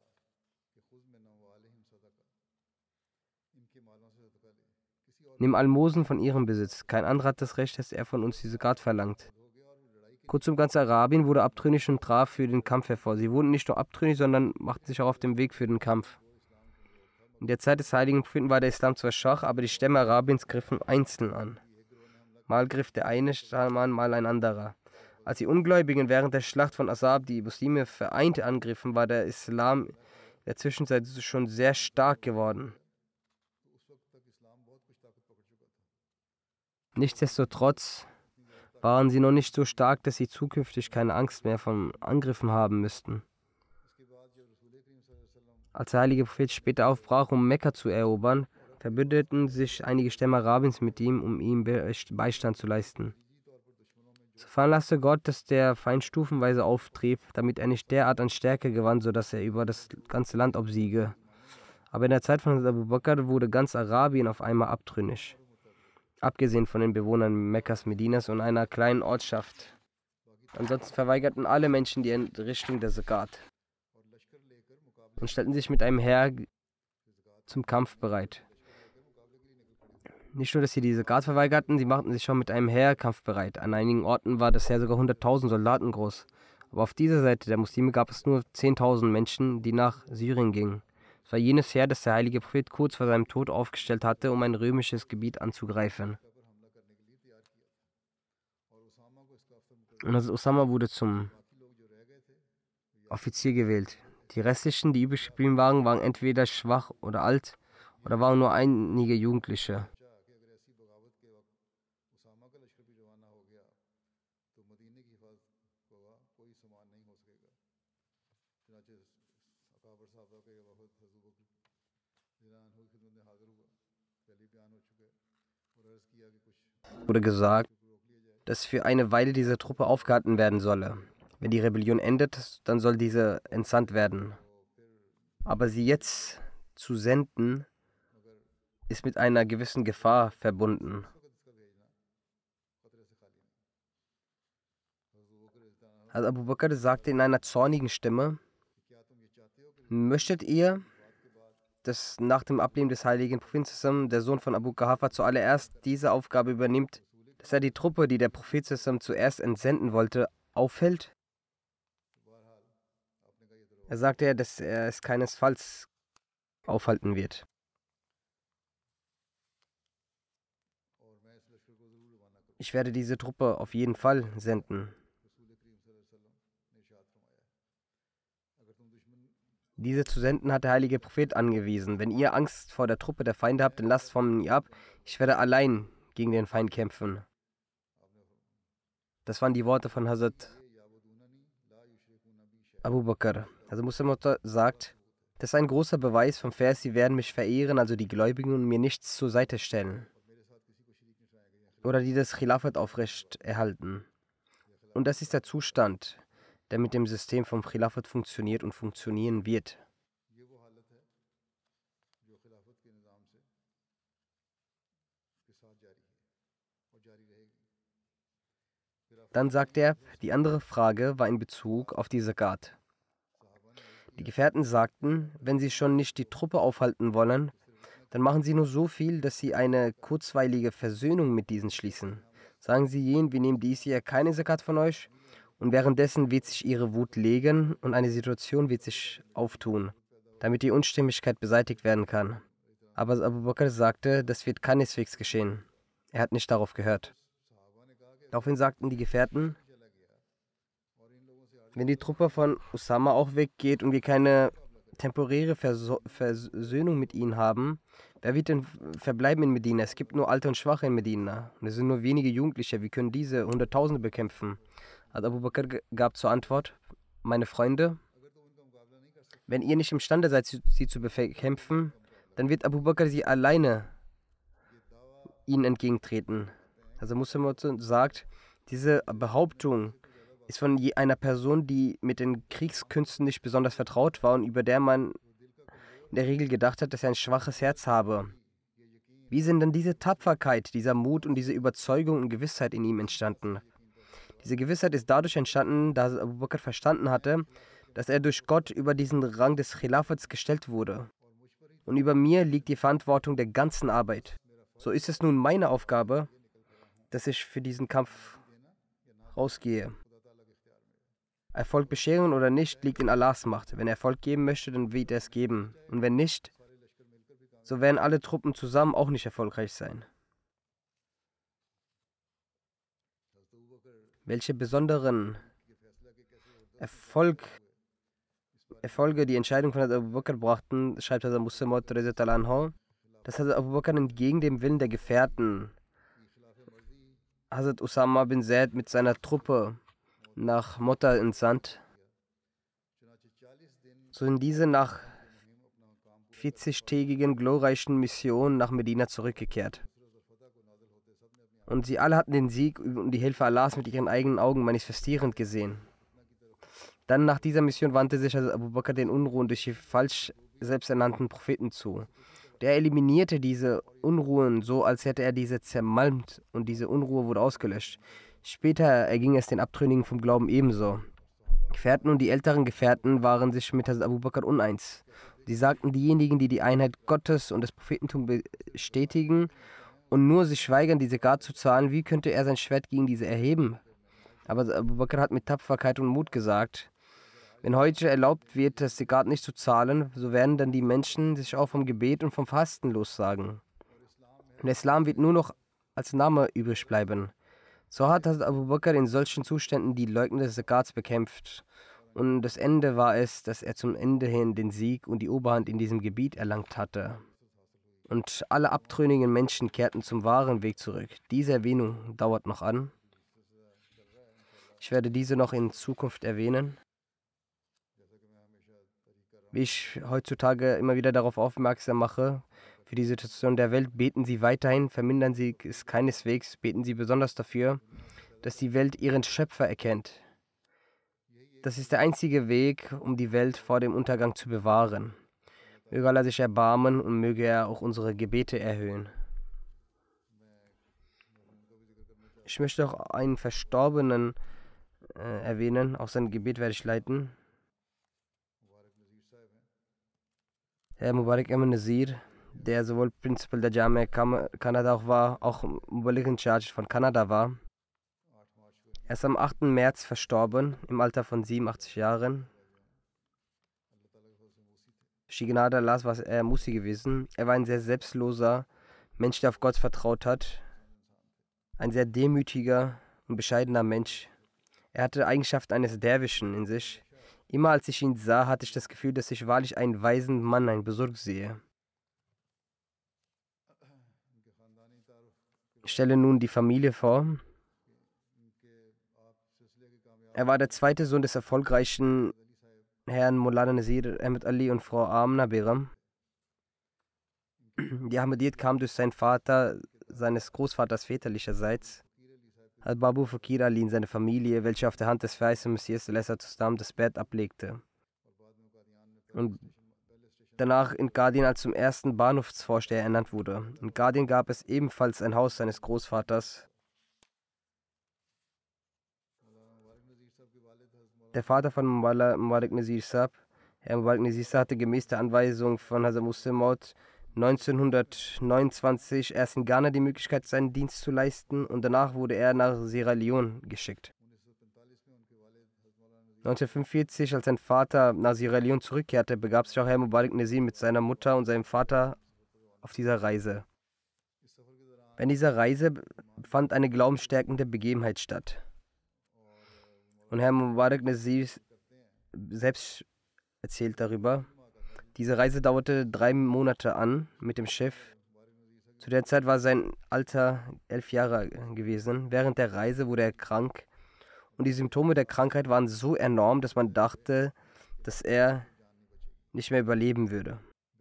Nimm Almosen von ihrem Besitz. Kein anderer hat das Recht, dass er von uns die Zakat verlangt. Kurzum, ganz Arabien wurde abtrünnig und traf für den Kampf hervor. Sie wurden nicht nur abtrünnig, sondern machten sich auch auf den Weg für den Kampf. In der Zeit des heiligen Propheten war der Islam zwar schwach, aber die Stämme Arabiens griffen einzeln an. Mal griff der eine Stamm an, mal ein anderer. Als die Ungläubigen während der Schlacht von Asab die Muslime vereint angriffen, war der Islam in der Zwischenzeit schon sehr stark geworden. Nichtsdestotrotz waren sie noch nicht so stark, dass sie zukünftig keine Angst mehr vor Angriffen haben müssten. Als der heilige Prophet später aufbrach, um Mekka zu erobern, verbündeten sich einige Stämme Arabiens mit ihm, um ihm Beistand zu leisten. So veranlasste Gott, dass der Feind stufenweise auftrieb, damit er nicht derart an Stärke gewann, sodass er über das ganze Land obsiege. Aber in der Zeit von Abu Bakr wurde ganz Arabien auf einmal abtrünnig, abgesehen von den Bewohnern Mekkas, Medinas und einer kleinen Ortschaft. Ansonsten verweigerten alle Menschen die Entrichtung der Zakat und stellten sich mit einem Heer zum Kampf bereit. Nicht nur, dass sie die Zakat verweigerten, sie machten sich schon mit einem Heer kampfbereit. An einigen Orten war das Heer sogar 100.000 Soldaten groß. Aber auf dieser Seite der Muslime gab es nur 10.000 Menschen, die nach Syrien gingen. Es war jenes Heer, das der heilige Prophet kurz vor seinem Tod aufgestellt hatte, um ein römisches Gebiet anzugreifen. Und also Osama wurde zum Offizier gewählt. Die restlichen, die übrig geblieben waren, waren entweder schwach oder alt oder waren nur einige Jugendliche. Wurde gesagt, dass für eine Weile diese Truppe aufgehalten werden solle. Wenn die Rebellion endet, dann soll diese entsandt werden. Aber sie jetzt zu senden, ist mit einer gewissen Gefahr verbunden. Also Abu Bakr sagte in einer zornigen Stimme: Möchtet ihr, dass nach dem Ableben des heiligen Propheten der Sohn von Abu Quhafa zuallererst diese Aufgabe übernimmt, dass er die Truppe, die der Prophet zuerst entsenden wollte, aufhält? Er sagte ja, dass er es keinesfalls aufhalten wird. Ich werde diese Truppe auf jeden Fall senden. Diese zu senden hat der heilige Prophet angewiesen. Wenn ihr Angst vor der Truppe der Feinde habt, dann lasst von mir ab. Ich werde allein gegen den Feind kämpfen. Das waren die Worte von Hazrat Abu Bakr. Also Muslim sagt, das ist ein großer Beweis vom Vers, sie werden mich verehren, also die Gläubigen, und mir nichts zur Seite stellen. Oder die das Khilafat aufrecht erhalten. Und das ist der Zustand, der mit dem System vom Khilafat funktioniert und funktionieren wird. Dann sagt er, die andere Frage war in Bezug auf die Zakat. Die Gefährten sagten, wenn sie schon nicht die Truppe aufhalten wollen, dann machen sie nur so viel, dass sie eine kurzweilige Versöhnung mit diesen schließen. Sagen sie jenen, wir nehmen dies Jahr keine Zakat von euch, und währenddessen wird sich ihre Wut legen und eine Situation wird sich auftun, damit die Unstimmigkeit beseitigt werden kann. Aber Abu Bakr sagte, das wird keineswegs geschehen. Er hat nicht darauf gehört. Daraufhin sagten die Gefährten, wenn die Truppe von Usama auch weggeht und wir keine temporäre Versöhnung mit ihnen haben, wer wird denn verbleiben in Medina? Es gibt nur Alte und Schwache in Medina. Und es sind nur wenige Jugendliche. Wir können diese Hunderttausende bekämpfen. Also Abu Bakr gab zur Antwort, meine Freunde, wenn ihr nicht imstande seid, sie zu bekämpfen, dann wird Abu Bakr sie alleine ihnen entgegentreten. Also Muslim sagt, diese Behauptung ist von einer Person, die mit den Kriegskünsten nicht besonders vertraut war und über der man in der Regel gedacht hat, dass er ein schwaches Herz habe. Wie sind denn diese Tapferkeit, dieser Mut und diese Überzeugung und Gewissheit in ihm entstanden? Diese Gewissheit ist dadurch entstanden, dass Abu Bakr verstanden hatte, dass er durch Gott über diesen Rang des Khilafats gestellt wurde. Und über mir liegt die Verantwortung der ganzen Arbeit. So ist es nun meine Aufgabe, dass ich für diesen Kampf rausgehe. Erfolg bescheren oder nicht, liegt in Allahs Macht. Wenn er Erfolg geben möchte, dann wird er es geben. Und wenn nicht, so werden alle Truppen zusammen auch nicht erfolgreich sein. Welche besonderen Erfolge die Entscheidung von Abu Bakr brachten, schreibt Hazrat Muslim Maud, dass Hazrat Abu Bakr entgegen dem Willen der Gefährten Hazrat Usama bin Zaid mit seiner Truppe nach Motta entsandt. So sind diese nach 40-tägigen glorreichen Mission nach Medina zurückgekehrt. Und sie alle hatten den Sieg und die Hilfe Allahs mit ihren eigenen Augen manifestierend gesehen. Dann nach dieser Mission wandte sich Abu Bakr den Unruhen durch die falsch selbsternannten Propheten zu. Der eliminierte diese Unruhen so, als hätte er diese zermalmt und diese Unruhe wurde ausgelöscht. Später erging es den Abtrünnigen vom Glauben ebenso. Gefährten und die älteren Gefährten waren sich mit Hazrat Abu Bakr uneins. Sie sagten, diejenigen, die die Einheit Gottes und das Prophetentum bestätigen und nur sich weigern, die Zakat zu zahlen, wie könnte er sein Schwert gegen diese erheben? Aber Abu Bakr hat mit Tapferkeit und Mut gesagt, wenn heute erlaubt wird, das Zakat nicht zu zahlen, so werden dann die Menschen sich auch vom Gebet und vom Fasten lossagen. Und der Islam wird nur noch als Name übrig bleiben. So hat Hazrat Abu Bakr in solchen Zuständen die Leugner des Zakats bekämpft. Und das Ende war es, dass er zum Ende hin den Sieg und die Oberhand in diesem Gebiet erlangt hatte. Und alle abtrünnigen Menschen kehrten zum wahren Weg zurück. Diese Erwähnung dauert noch an. Ich werde diese noch in Zukunft erwähnen. Wie ich heutzutage immer wieder darauf aufmerksam mache, für die Situation der Welt, beten Sie weiterhin, vermindern Sie es keineswegs, beten Sie besonders dafür, dass die Welt ihren Schöpfer erkennt. Das ist der einzige Weg, um die Welt vor dem Untergang zu bewahren. Möge Allah sich erbarmen und möge er auch unsere Gebete erhöhen. Ich möchte auch einen Verstorbenen erwähnen, auch sein Gebet werde ich leiten. Herr Mubarak Ahmed Nazir, der sowohl Principal der Jamia Kanada auch war, auch Mubarak in Charge von Kanada war. Er ist am 8. März verstorben, im Alter von 87 Jahren. Shignada Las war er Musi gewesen. Er war ein sehr selbstloser Mensch, der auf Gott vertraut hat. Ein sehr demütiger und bescheidener Mensch. Er hatte Eigenschaften eines Derwischen in sich. Immer als ich ihn sah, hatte ich das Gefühl, dass ich wahrlich einen weisen Mann, einen Besurg sehe. Ich stelle nun die Familie vor. Er war der zweite Sohn des erfolgreichen Herrn Maulana Nazir Ahmed Ali und Frau Amna Begum. Die Ahmadiyyat kam durch seinen Vater, seines Großvaters väterlicherseits, Al-Babu Fakir Ali in seine Familie, welcher auf der Hand des verheißenen Messias das Bett ablegte. Und danach in Qadin als zum ersten Bahnhofsvorsteher ernannt wurde. In Qadin gab es ebenfalls ein Haus seines Großvaters. Der Vater von Mubarak Nazir Sahib, Herr Mubarak Nazir Sahib, hatte gemäß der Anweisung von Hazrat Muslim Maud 1929 erst in Ghana die Möglichkeit, seinen Dienst zu leisten, und danach wurde er nach Sierra Leone geschickt. 1945, als sein Vater nach Sierra Leone zurückkehrte, begab sich auch Herr Mubarak Nazir mit seiner Mutter und seinem Vater auf dieser Reise. Während dieser Reise fand eine glaubensstärkende Begebenheit statt. Und Herr Mubarak Nazir selbst erzählt darüber. Diese Reise dauerte 3 Monate an mit dem Schiff. Zu der Zeit war sein Alter 11 Jahre gewesen. Während der Reise wurde er krank. Und die Symptome der Krankheit waren so enorm, dass man dachte, dass er nicht mehr überleben würde.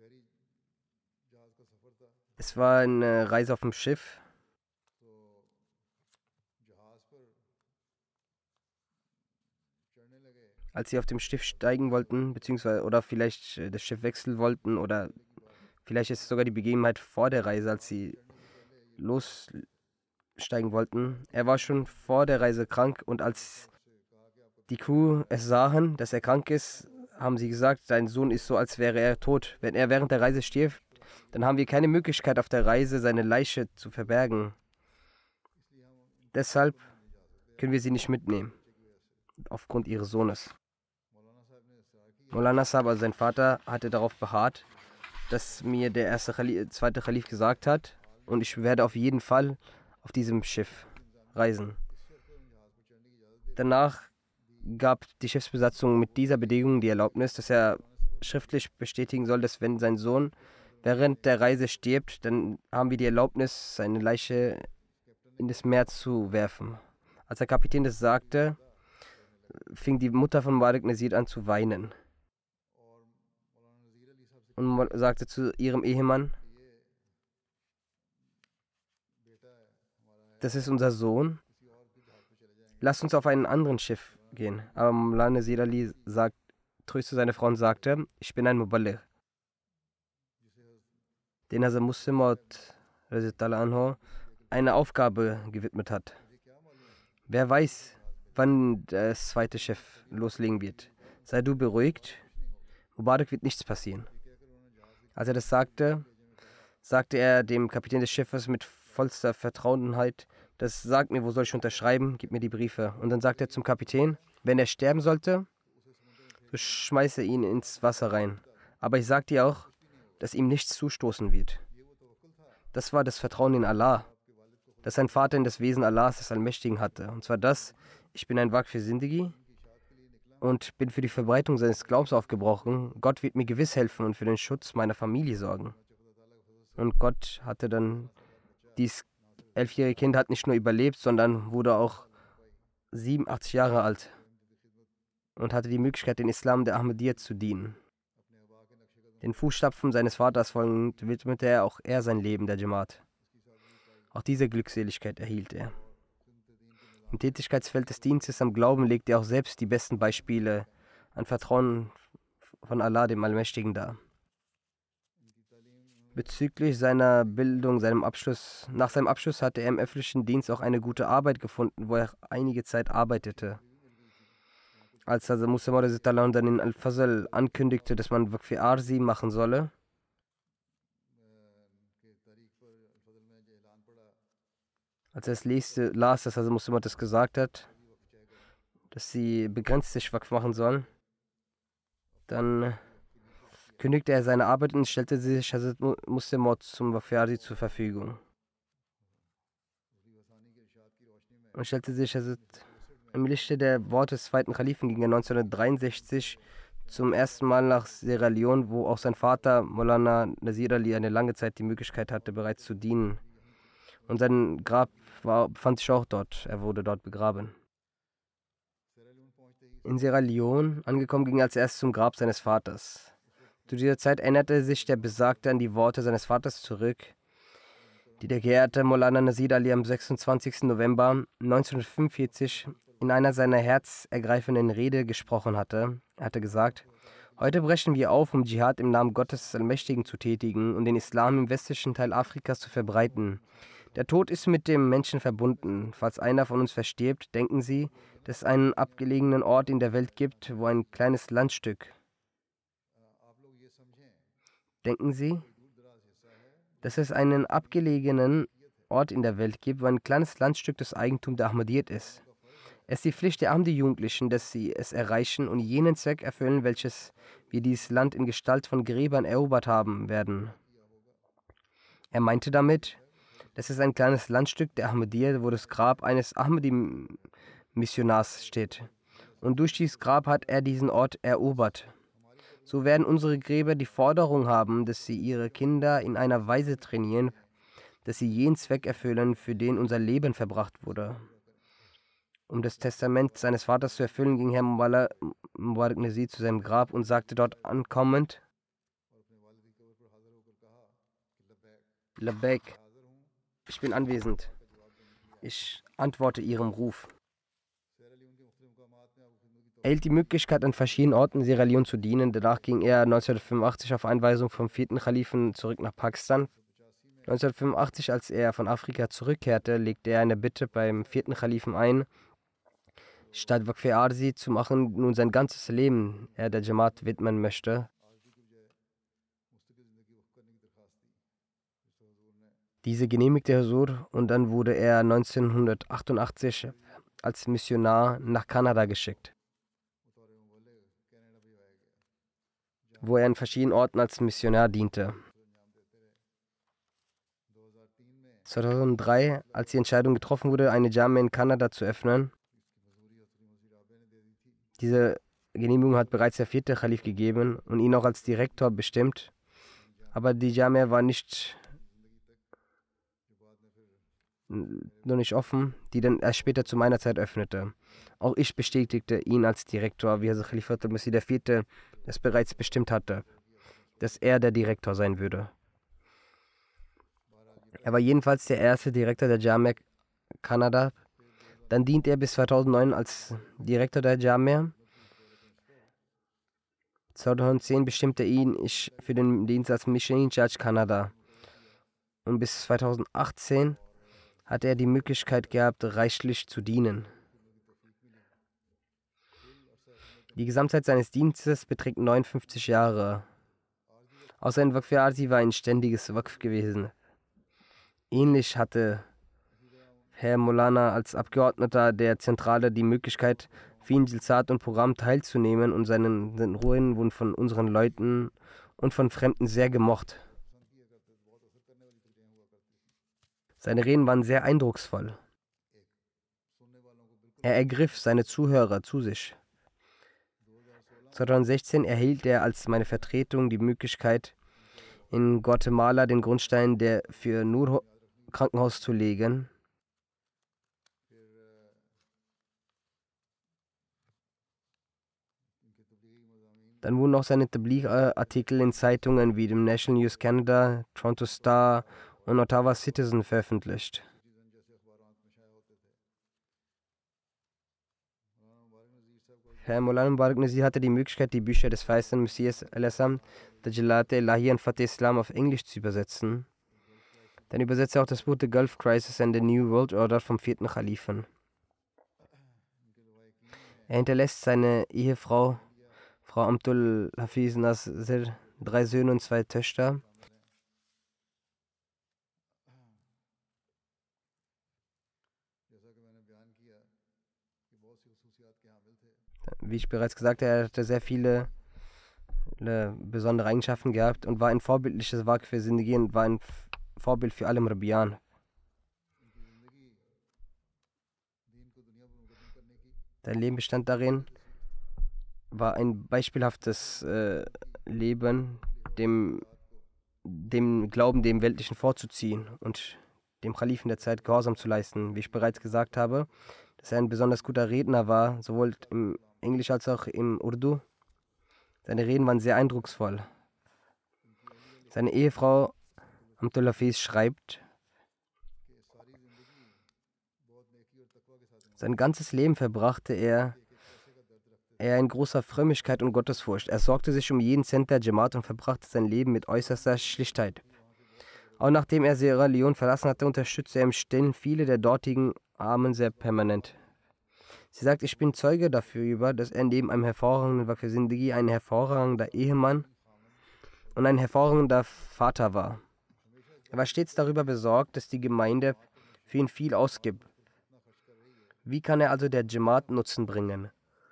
Es war eine Reise auf dem Schiff. Als sie auf dem Schiff steigen wollten, beziehungsweise oder vielleicht das Schiff wechseln wollten, oder vielleicht ist es sogar die Begebenheit vor der Reise, als sie lossteigen wollten. Er war schon vor der Reise krank, und als die Crew es sahen, dass er krank ist, haben sie gesagt, sein Sohn ist so, als wäre er tot. Wenn er während der Reise stirbt, dann haben wir keine Möglichkeit auf der Reise, seine Leiche zu verbergen. Deshalb können wir sie nicht mitnehmen, aufgrund ihres Sohnes. Maulana Sahib, also sein Vater, hatte darauf beharrt, dass mir der zweite Khalif gesagt hat, und ich werde auf jeden Fall auf diesem Schiff reisen. Danach gab die Schiffsbesatzung mit dieser Bedingung die Erlaubnis, dass er schriftlich bestätigen soll, dass wenn sein Sohn während der Reise stirbt, dann haben wir die Erlaubnis, seine Leiche in das Meer zu werfen. Als der Kapitän das sagte, fing die Mutter von Mubarak Nazir an zu weinen und sagte zu ihrem Ehemann, das ist unser Sohn, lasst uns auf ein anderes Schiff gehen. Aber Maulana Nazir Ali tröstete seine Frau und sagte, ich bin ein Muballigh, den Hazrat Muslim Maud eine Aufgabe gewidmet hat. Wer weiß, wann das zweite Schiff loslegen wird. Sei du beruhigt, Mubarak wird nichts passieren. Als er das sagte, sagte er dem Kapitän des Schiffes mit vollster Vertrauenheit, das sagt mir, wo soll ich unterschreiben, gib mir die Briefe. Und dann sagte er zum Kapitän, wenn er sterben sollte, so schmeiße ihn ins Wasser rein. Aber ich sage dir auch, dass ihm nichts zustoßen wird. Das war das Vertrauen in Allah, das sein Vater in das Wesen Allahs, des Allmächtigen, hatte. Und zwar das, ich bin ein Waqf für Sindagi und bin für die Verbreitung seines Glaubens aufgebrochen. Gott wird mir gewiss helfen und für den Schutz meiner Familie sorgen. Und Gott hatte dann, dieses 11-jährige Kind hat nicht nur überlebt, sondern wurde auch 87 Jahre alt und hatte die Möglichkeit, den Islam der Ahmadiyya zu dienen. Den Fußstapfen seines Vaters folgend widmete er auch sein Leben der Jamaat. Auch diese Glückseligkeit erhielt er. Im Tätigkeitsfeld des Dienstes am Glauben legte er auch selbst die besten Beispiele an Vertrauen von Allah, dem Allmächtigen, dar. Bezüglich seiner Bildung, nach seinem Abschluss hatte er im öffentlichen Dienst auch eine gute Arbeit gefunden, wo er einige Zeit arbeitete. Als Hazrat Musa Maud dann in Al-Fazl ankündigte, dass man Waqf Arzi machen solle, als er es las, dass Hazrat Musa Maud das gesagt hat, dass sie begrenzt sich Waqf machen sollen, dann kündigte er seine Arbeit und stellte sich Hazrat Musa Maud zum Waqf Arzi zur Verfügung. Und stellte sich im Lichte der Worte des zweiten Kalifen ging er 1963 zum ersten Mal nach Sierra Leone, wo auch sein Vater Maulana Nasir Ali eine lange Zeit die Möglichkeit hatte, bereits zu dienen. Und sein Grab befand sich auch dort. Er wurde dort begraben. In Sierra Leone angekommen, ging er als erstes zum Grab seines Vaters. Zu dieser Zeit erinnerte sich der Besagte an die Worte seines Vaters zurück, die der geehrte Maulana Nasir Ali am 26. November 1945 in einer seiner herzergreifenden Rede gesprochen hatte. Er hatte gesagt: Heute brechen wir auf, um Dschihad im Namen Gottes des Allmächtigen zu tätigen und den Islam im westlichen Teil Afrikas zu verbreiten. Der Tod ist mit dem Menschen verbunden. Falls einer von uns verstirbt, denken Sie, dass es einen abgelegenen Ort in der Welt gibt, wo ein kleines Landstück. Denken Sie, dass es einen abgelegenen Ort in der Welt gibt, wo ein kleines Landstück das Eigentum der Ahmadiyyat ist. Es ist die Pflicht der Ahmadi-Jugendlichen, dass sie es erreichen und jenen Zweck erfüllen, welches wir dieses Land in Gestalt von Gräbern erobert haben werden. Er meinte damit, dass es ein kleines Landstück der Ahmadiyya, wo das Grab eines Ahmadi-Missionars steht. Und durch dieses Grab hat er diesen Ort erobert. So werden unsere Gräber die Forderung haben, dass sie ihre Kinder in einer Weise trainieren, dass sie jenen Zweck erfüllen, für den unser Leben verbracht wurde. Um das Testament seines Vaters zu erfüllen, ging Herr Mubarak Nasir zu seinem Grab und sagte dort ankommend: Labbaik, ich bin anwesend. Ich antworte Ihrem Ruf. Er erhielt die Möglichkeit, an verschiedenen Orten in Sierra Leone zu dienen. Danach ging er 1985 auf Einweisung vom 4. Kalifen zurück nach Pakistan. 1985, als er von Afrika zurückkehrte, legte er eine Bitte beim 4. Kalifen ein, statt Waqf Arzi zu machen, nun sein ganzes Leben er der Jamaat widmen möchte. Diese genehmigte Huzur und dann wurde er 1988 als Missionar nach Kanada geschickt, wo er in verschiedenen Orten als Missionar diente. 2003, als die Entscheidung getroffen wurde, eine Jamia in Kanada zu öffnen, diese Genehmigung hat bereits der 4. Khalif gegeben und ihn auch als Direktor bestimmt, aber die Jamia war noch nicht offen, die dann erst später zu meiner Zeit öffnete. Auch ich bestätigte ihn als Direktor, wie Hazrat Khalifatul Masih IV. Es bereits bestimmt hatte, dass er der Direktor sein würde. Er war jedenfalls der erste Direktor der Jamia Kanada. Dann diente er bis 2009 als Direktor der Jamia. 2010 bestimmte ich für den Dienst als Mission in Charge Kanada. Und bis 2018 hat er die Möglichkeit gehabt, reichlich zu dienen. Die Gesamtzeit seines Dienstes beträgt 59 Jahre. Auch sein Waqf für Arzi war ein ständiges Waqf gewesen. Ähnlich hatte Herr Maulana als Abgeordneter der Zentrale die Möglichkeit, vielen Jilsat und Programmen teilzunehmen, und seine Ruhen wurden von unseren Leuten und von Fremden sehr gemocht. Seine Reden waren sehr eindrucksvoll. Er ergriff seine Zuhörer zu sich. 2016 erhielt er als meine Vertretung die Möglichkeit, in Guatemala den Grundstein für Nur Krankenhaus zu legen. Dann wurden auch seine Tabligh-Artikel in Zeitungen wie dem National News Canada, Toronto Star und Ottawa Citizen veröffentlicht. Herr Maulana Mubarak Nazir hatte die Möglichkeit, die Bücher des Feisten Messias al-Assam, Tajallat Ilahi und Fateh Islam auf Englisch zu übersetzen. Dann übersetzte er auch das Buch The Gulf Crisis and the New World Order vom 4. Khalifen. Er hinterlässt seine Ehefrau, Frau Abdul Hafiz Nasir, 3 Söhne und 2 Töchter. Wie ich bereits gesagt habe, er hatte sehr viele besondere Eigenschaften gehabt und war ein vorbildliches Waqf für Zindagi und war ein Vorbild für alle Murabiyan. Sein Leben bestand darin, war ein beispielhaftes Leben, dem Glauben, dem Weltlichen vorzuziehen und dem Khalifen der Zeit Gehorsam zu leisten. Wie ich bereits gesagt habe, dass er ein besonders guter Redner war, sowohl im Englisch als auch im Urdu. Seine Reden waren sehr eindrucksvoll. Seine Ehefrau Abdul Hafiz schreibt, sein ganzes Leben verbrachte er in großer Frömmigkeit und Gottesfurcht. Er sorgte sich um jeden Cent der Jamaat und verbrachte sein Leben mit äußerster Schlichtheit. Auch nachdem er Sierra Leone verlassen hatte, unterstützte er im Stillen viele der dortigen Armen sehr permanent. Sie sagt, ich bin Zeuge dafür, dass er neben einem hervorragenden Waqf für Zindagi ein hervorragender Ehemann und ein hervorragender Vater war. Er war stets darüber besorgt, dass die Gemeinde für ihn viel ausgibt. Wie kann er also der Jamaat Nutzen bringen?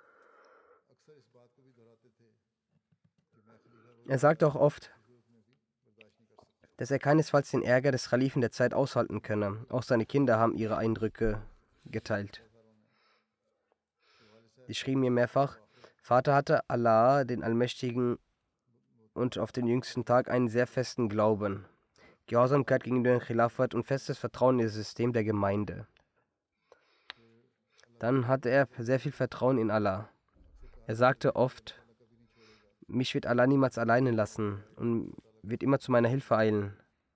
Er sagt auch oft, dass er keinesfalls den Ärger des Khalifen der Zeit aushalten könne. Auch seine Kinder haben ihre Eindrücke geteilt. Sie schrieben mir mehrfach, Vater hatte Allah, den Allmächtigen, und auf den jüngsten Tag einen sehr festen Glauben, Gehorsamkeit gegenüber dem Khilafat und festes Vertrauen in das System der Gemeinde. Dann hatte er sehr viel Vertrauen in Allah. Er sagte oft, mich wird Allah niemals alleine lassen und wird immer zu meiner Hilfe eilen.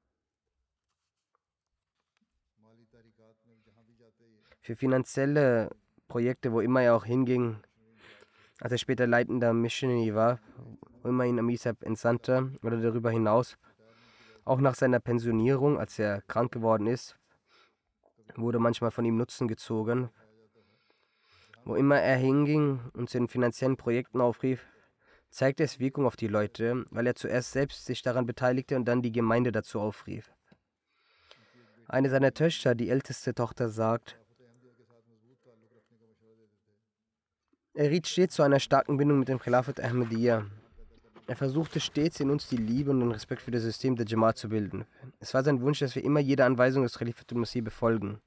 Für finanzielle Projekte, wo immer er auch hinging, als er später leitender Missionary war, wo immer ihn Amisab entsandte oder darüber hinaus, auch nach seiner Pensionierung, als er krank geworden ist, wurde manchmal von ihm Nutzen gezogen. Wo immer er hinging und zu den finanziellen Projekten aufrief, zeigte es Wirkung auf die Leute, weil er zuerst selbst sich daran beteiligte und dann die Gemeinde dazu aufrief. Eine seiner Töchter, die älteste Tochter, sagt, er riet stets zu einer starken Bindung mit dem Khilafat Ahmadiyya. Er versuchte stets in uns die Liebe und den Respekt für das System der Jamaat zu bilden. Es war sein Wunsch, dass wir immer jede Anweisung des Khalifatul Masih befolgen.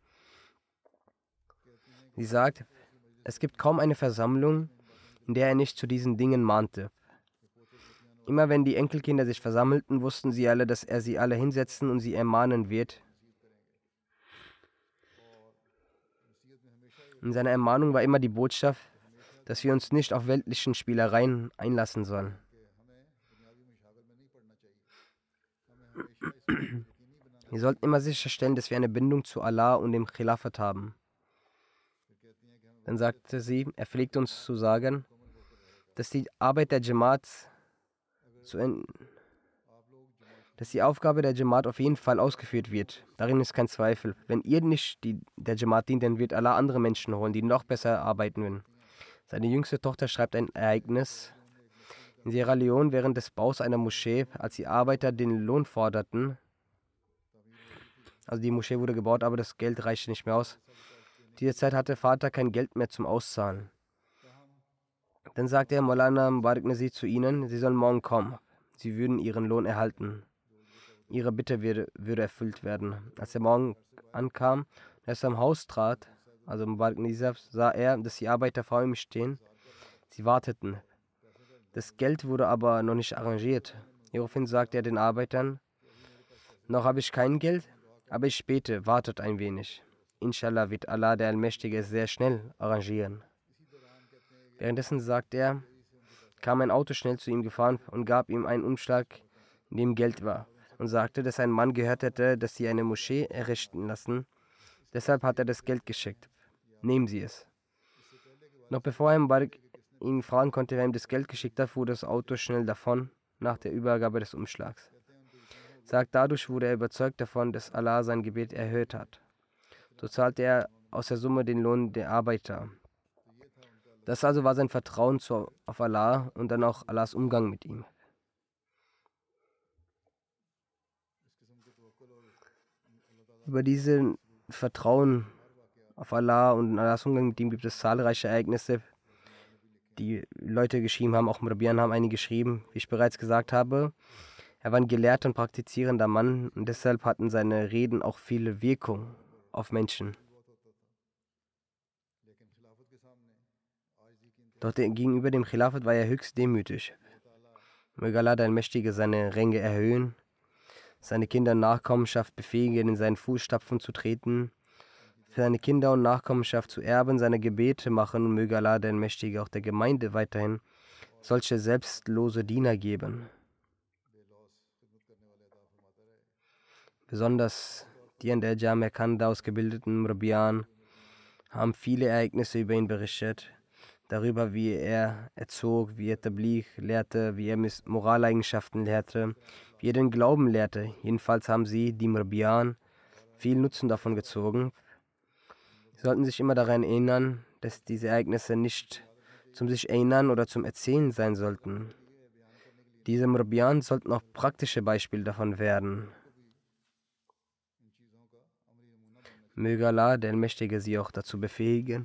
Sie sagt, es gibt kaum eine Versammlung, in der er nicht zu diesen Dingen mahnte. Immer wenn die Enkelkinder sich versammelten, wussten sie alle, dass er sie alle hinsetzen und sie ermahnen wird. In seiner Ermahnung war immer die Botschaft, dass wir uns nicht auf weltlichen Spielereien einlassen sollen. Wir sollten immer sicherstellen, dass wir eine Bindung zu Allah und dem Khilafat haben. Dann sagte sie, er pflegt uns zu sagen, dass die Arbeit der Jamaat dass die Aufgabe der Jamaat auf jeden Fall ausgeführt wird. Darin ist kein Zweifel. Wenn ihr nicht der Jamaat dient, dann wird Allah andere Menschen holen, die noch besser arbeiten werden. Seine jüngste Tochter schreibt ein Ereignis in Sierra Leone während des Baus einer Moschee, als die Arbeiter den Lohn forderten. Also die Moschee wurde gebaut, aber das Geld reichte nicht mehr aus. In dieser Zeit hatte Vater kein Geld mehr zum Auszahlen. Dann sagte er Maulana Mubarak Nazir zu ihnen, sie sollen morgen kommen. Sie würden ihren Lohn erhalten. Ihre Bitte würde erfüllt werden. Als er morgen ankam und er zum Haus trat, also Mubarak Nazir, sah er, dass die Arbeiter vor ihm stehen. Sie warteten. Das Geld wurde aber noch nicht arrangiert. Hieraufhin sagte er den Arbeitern, noch habe ich kein Geld, aber ich bete, wartet ein wenig. Inshallah wird Allah, der Allmächtige, es sehr schnell arrangieren. Währenddessen, sagt er, kam ein Auto schnell zu ihm gefahren und gab ihm einen Umschlag, in dem Geld war, und sagte, dass ein Mann gehört hätte, dass sie eine Moschee errichten lassen. Deshalb hat er das Geld geschickt. Nehmen Sie es. Noch bevor Herr Mubarak ihn fragen konnte, wer ihm das Geld geschickt hat, fuhr das Auto schnell davon, nach der Übergabe des Umschlags. Sagt, dadurch wurde er überzeugt davon, dass Allah sein Gebet erhöht hat. So zahlte er aus der Summe den Lohn der Arbeiter. Das also war sein Vertrauen auf Allah und dann auch Allahs Umgang mit ihm. Über diesen Vertrauen auf Allah und Allahs Umgang mit ihm gibt es zahlreiche Ereignisse, die Leute geschrieben haben. Auch Murabian haben einige geschrieben. Wie ich bereits gesagt habe, er war ein gelehrter und praktizierender Mann und deshalb hatten seine Reden auch viele Wirkung auf Menschen. Doch gegenüber dem Khilafat war er höchst demütig. Möge Allah, der Allmächtige, seine Ränge erhöhen, seine Kinder und Nachkommenschaft befähigen, in seinen Fußstapfen zu treten, für seine Kinder und Nachkommenschaft zu erben, seine Gebete machen und möge Allah, der Allmächtige, auch der Gemeinde weiterhin solche selbstlose Diener geben. Besonders die an der Jamia Kanda ausgebildeten Murabian haben viele Ereignisse über ihn berichtet, darüber, wie er erzog, wie er Tabligh lehrte, wie er Moraleigenschaften lehrte, wie er den Glauben lehrte. Jedenfalls haben sie, die Murabian, viel Nutzen davon gezogen. Sie sollten sich immer daran erinnern, dass diese Ereignisse nicht zum sich erinnern oder zum Erzählen sein sollten. Diese Murabian sollten auch praktische Beispiele davon werden. Möge Allah, der Allmächtige, sie auch dazu befähigen.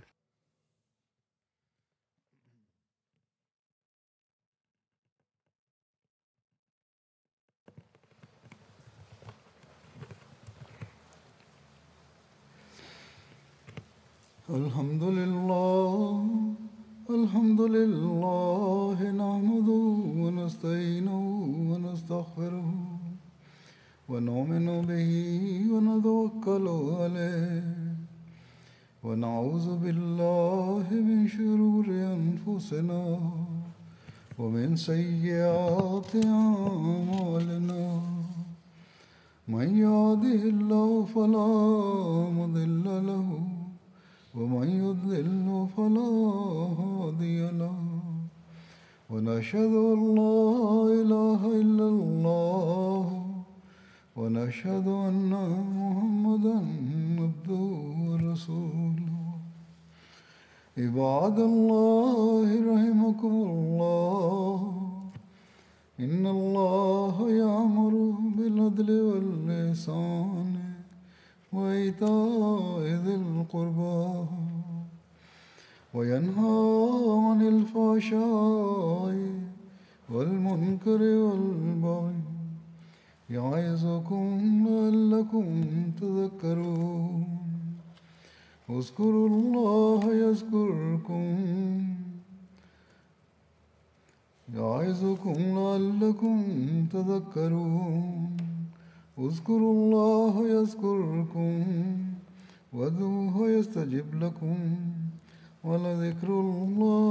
Alhamdulillah, alhamdulillah, nahmaduhu wa nasta'inuhu wa nastaghfiruhu wa nu'minu bihi wa natawakkalu alayhi wa na'udhu billahi min shururi anfusina wa min sayyiati a'malina. Man yahdihillahu fala mudilla lahu ومن يضلل فلا هادي له ونشهد أن لا إله إلا الله ونشهد أن محمدا عبده ورسوله عباد الله رحمكم الله إن الله يأمر بالعدل والإحسان وإيتاء ذي القربى وينهى عن الفحشاء والمنكر والبغي يعظكم لعلكم تذكرون اذكروا الله يذكركم يعظكم لعلكم تذكرون اذكروا الله يذكركم وادعوه يستجب لكم ولذكر الله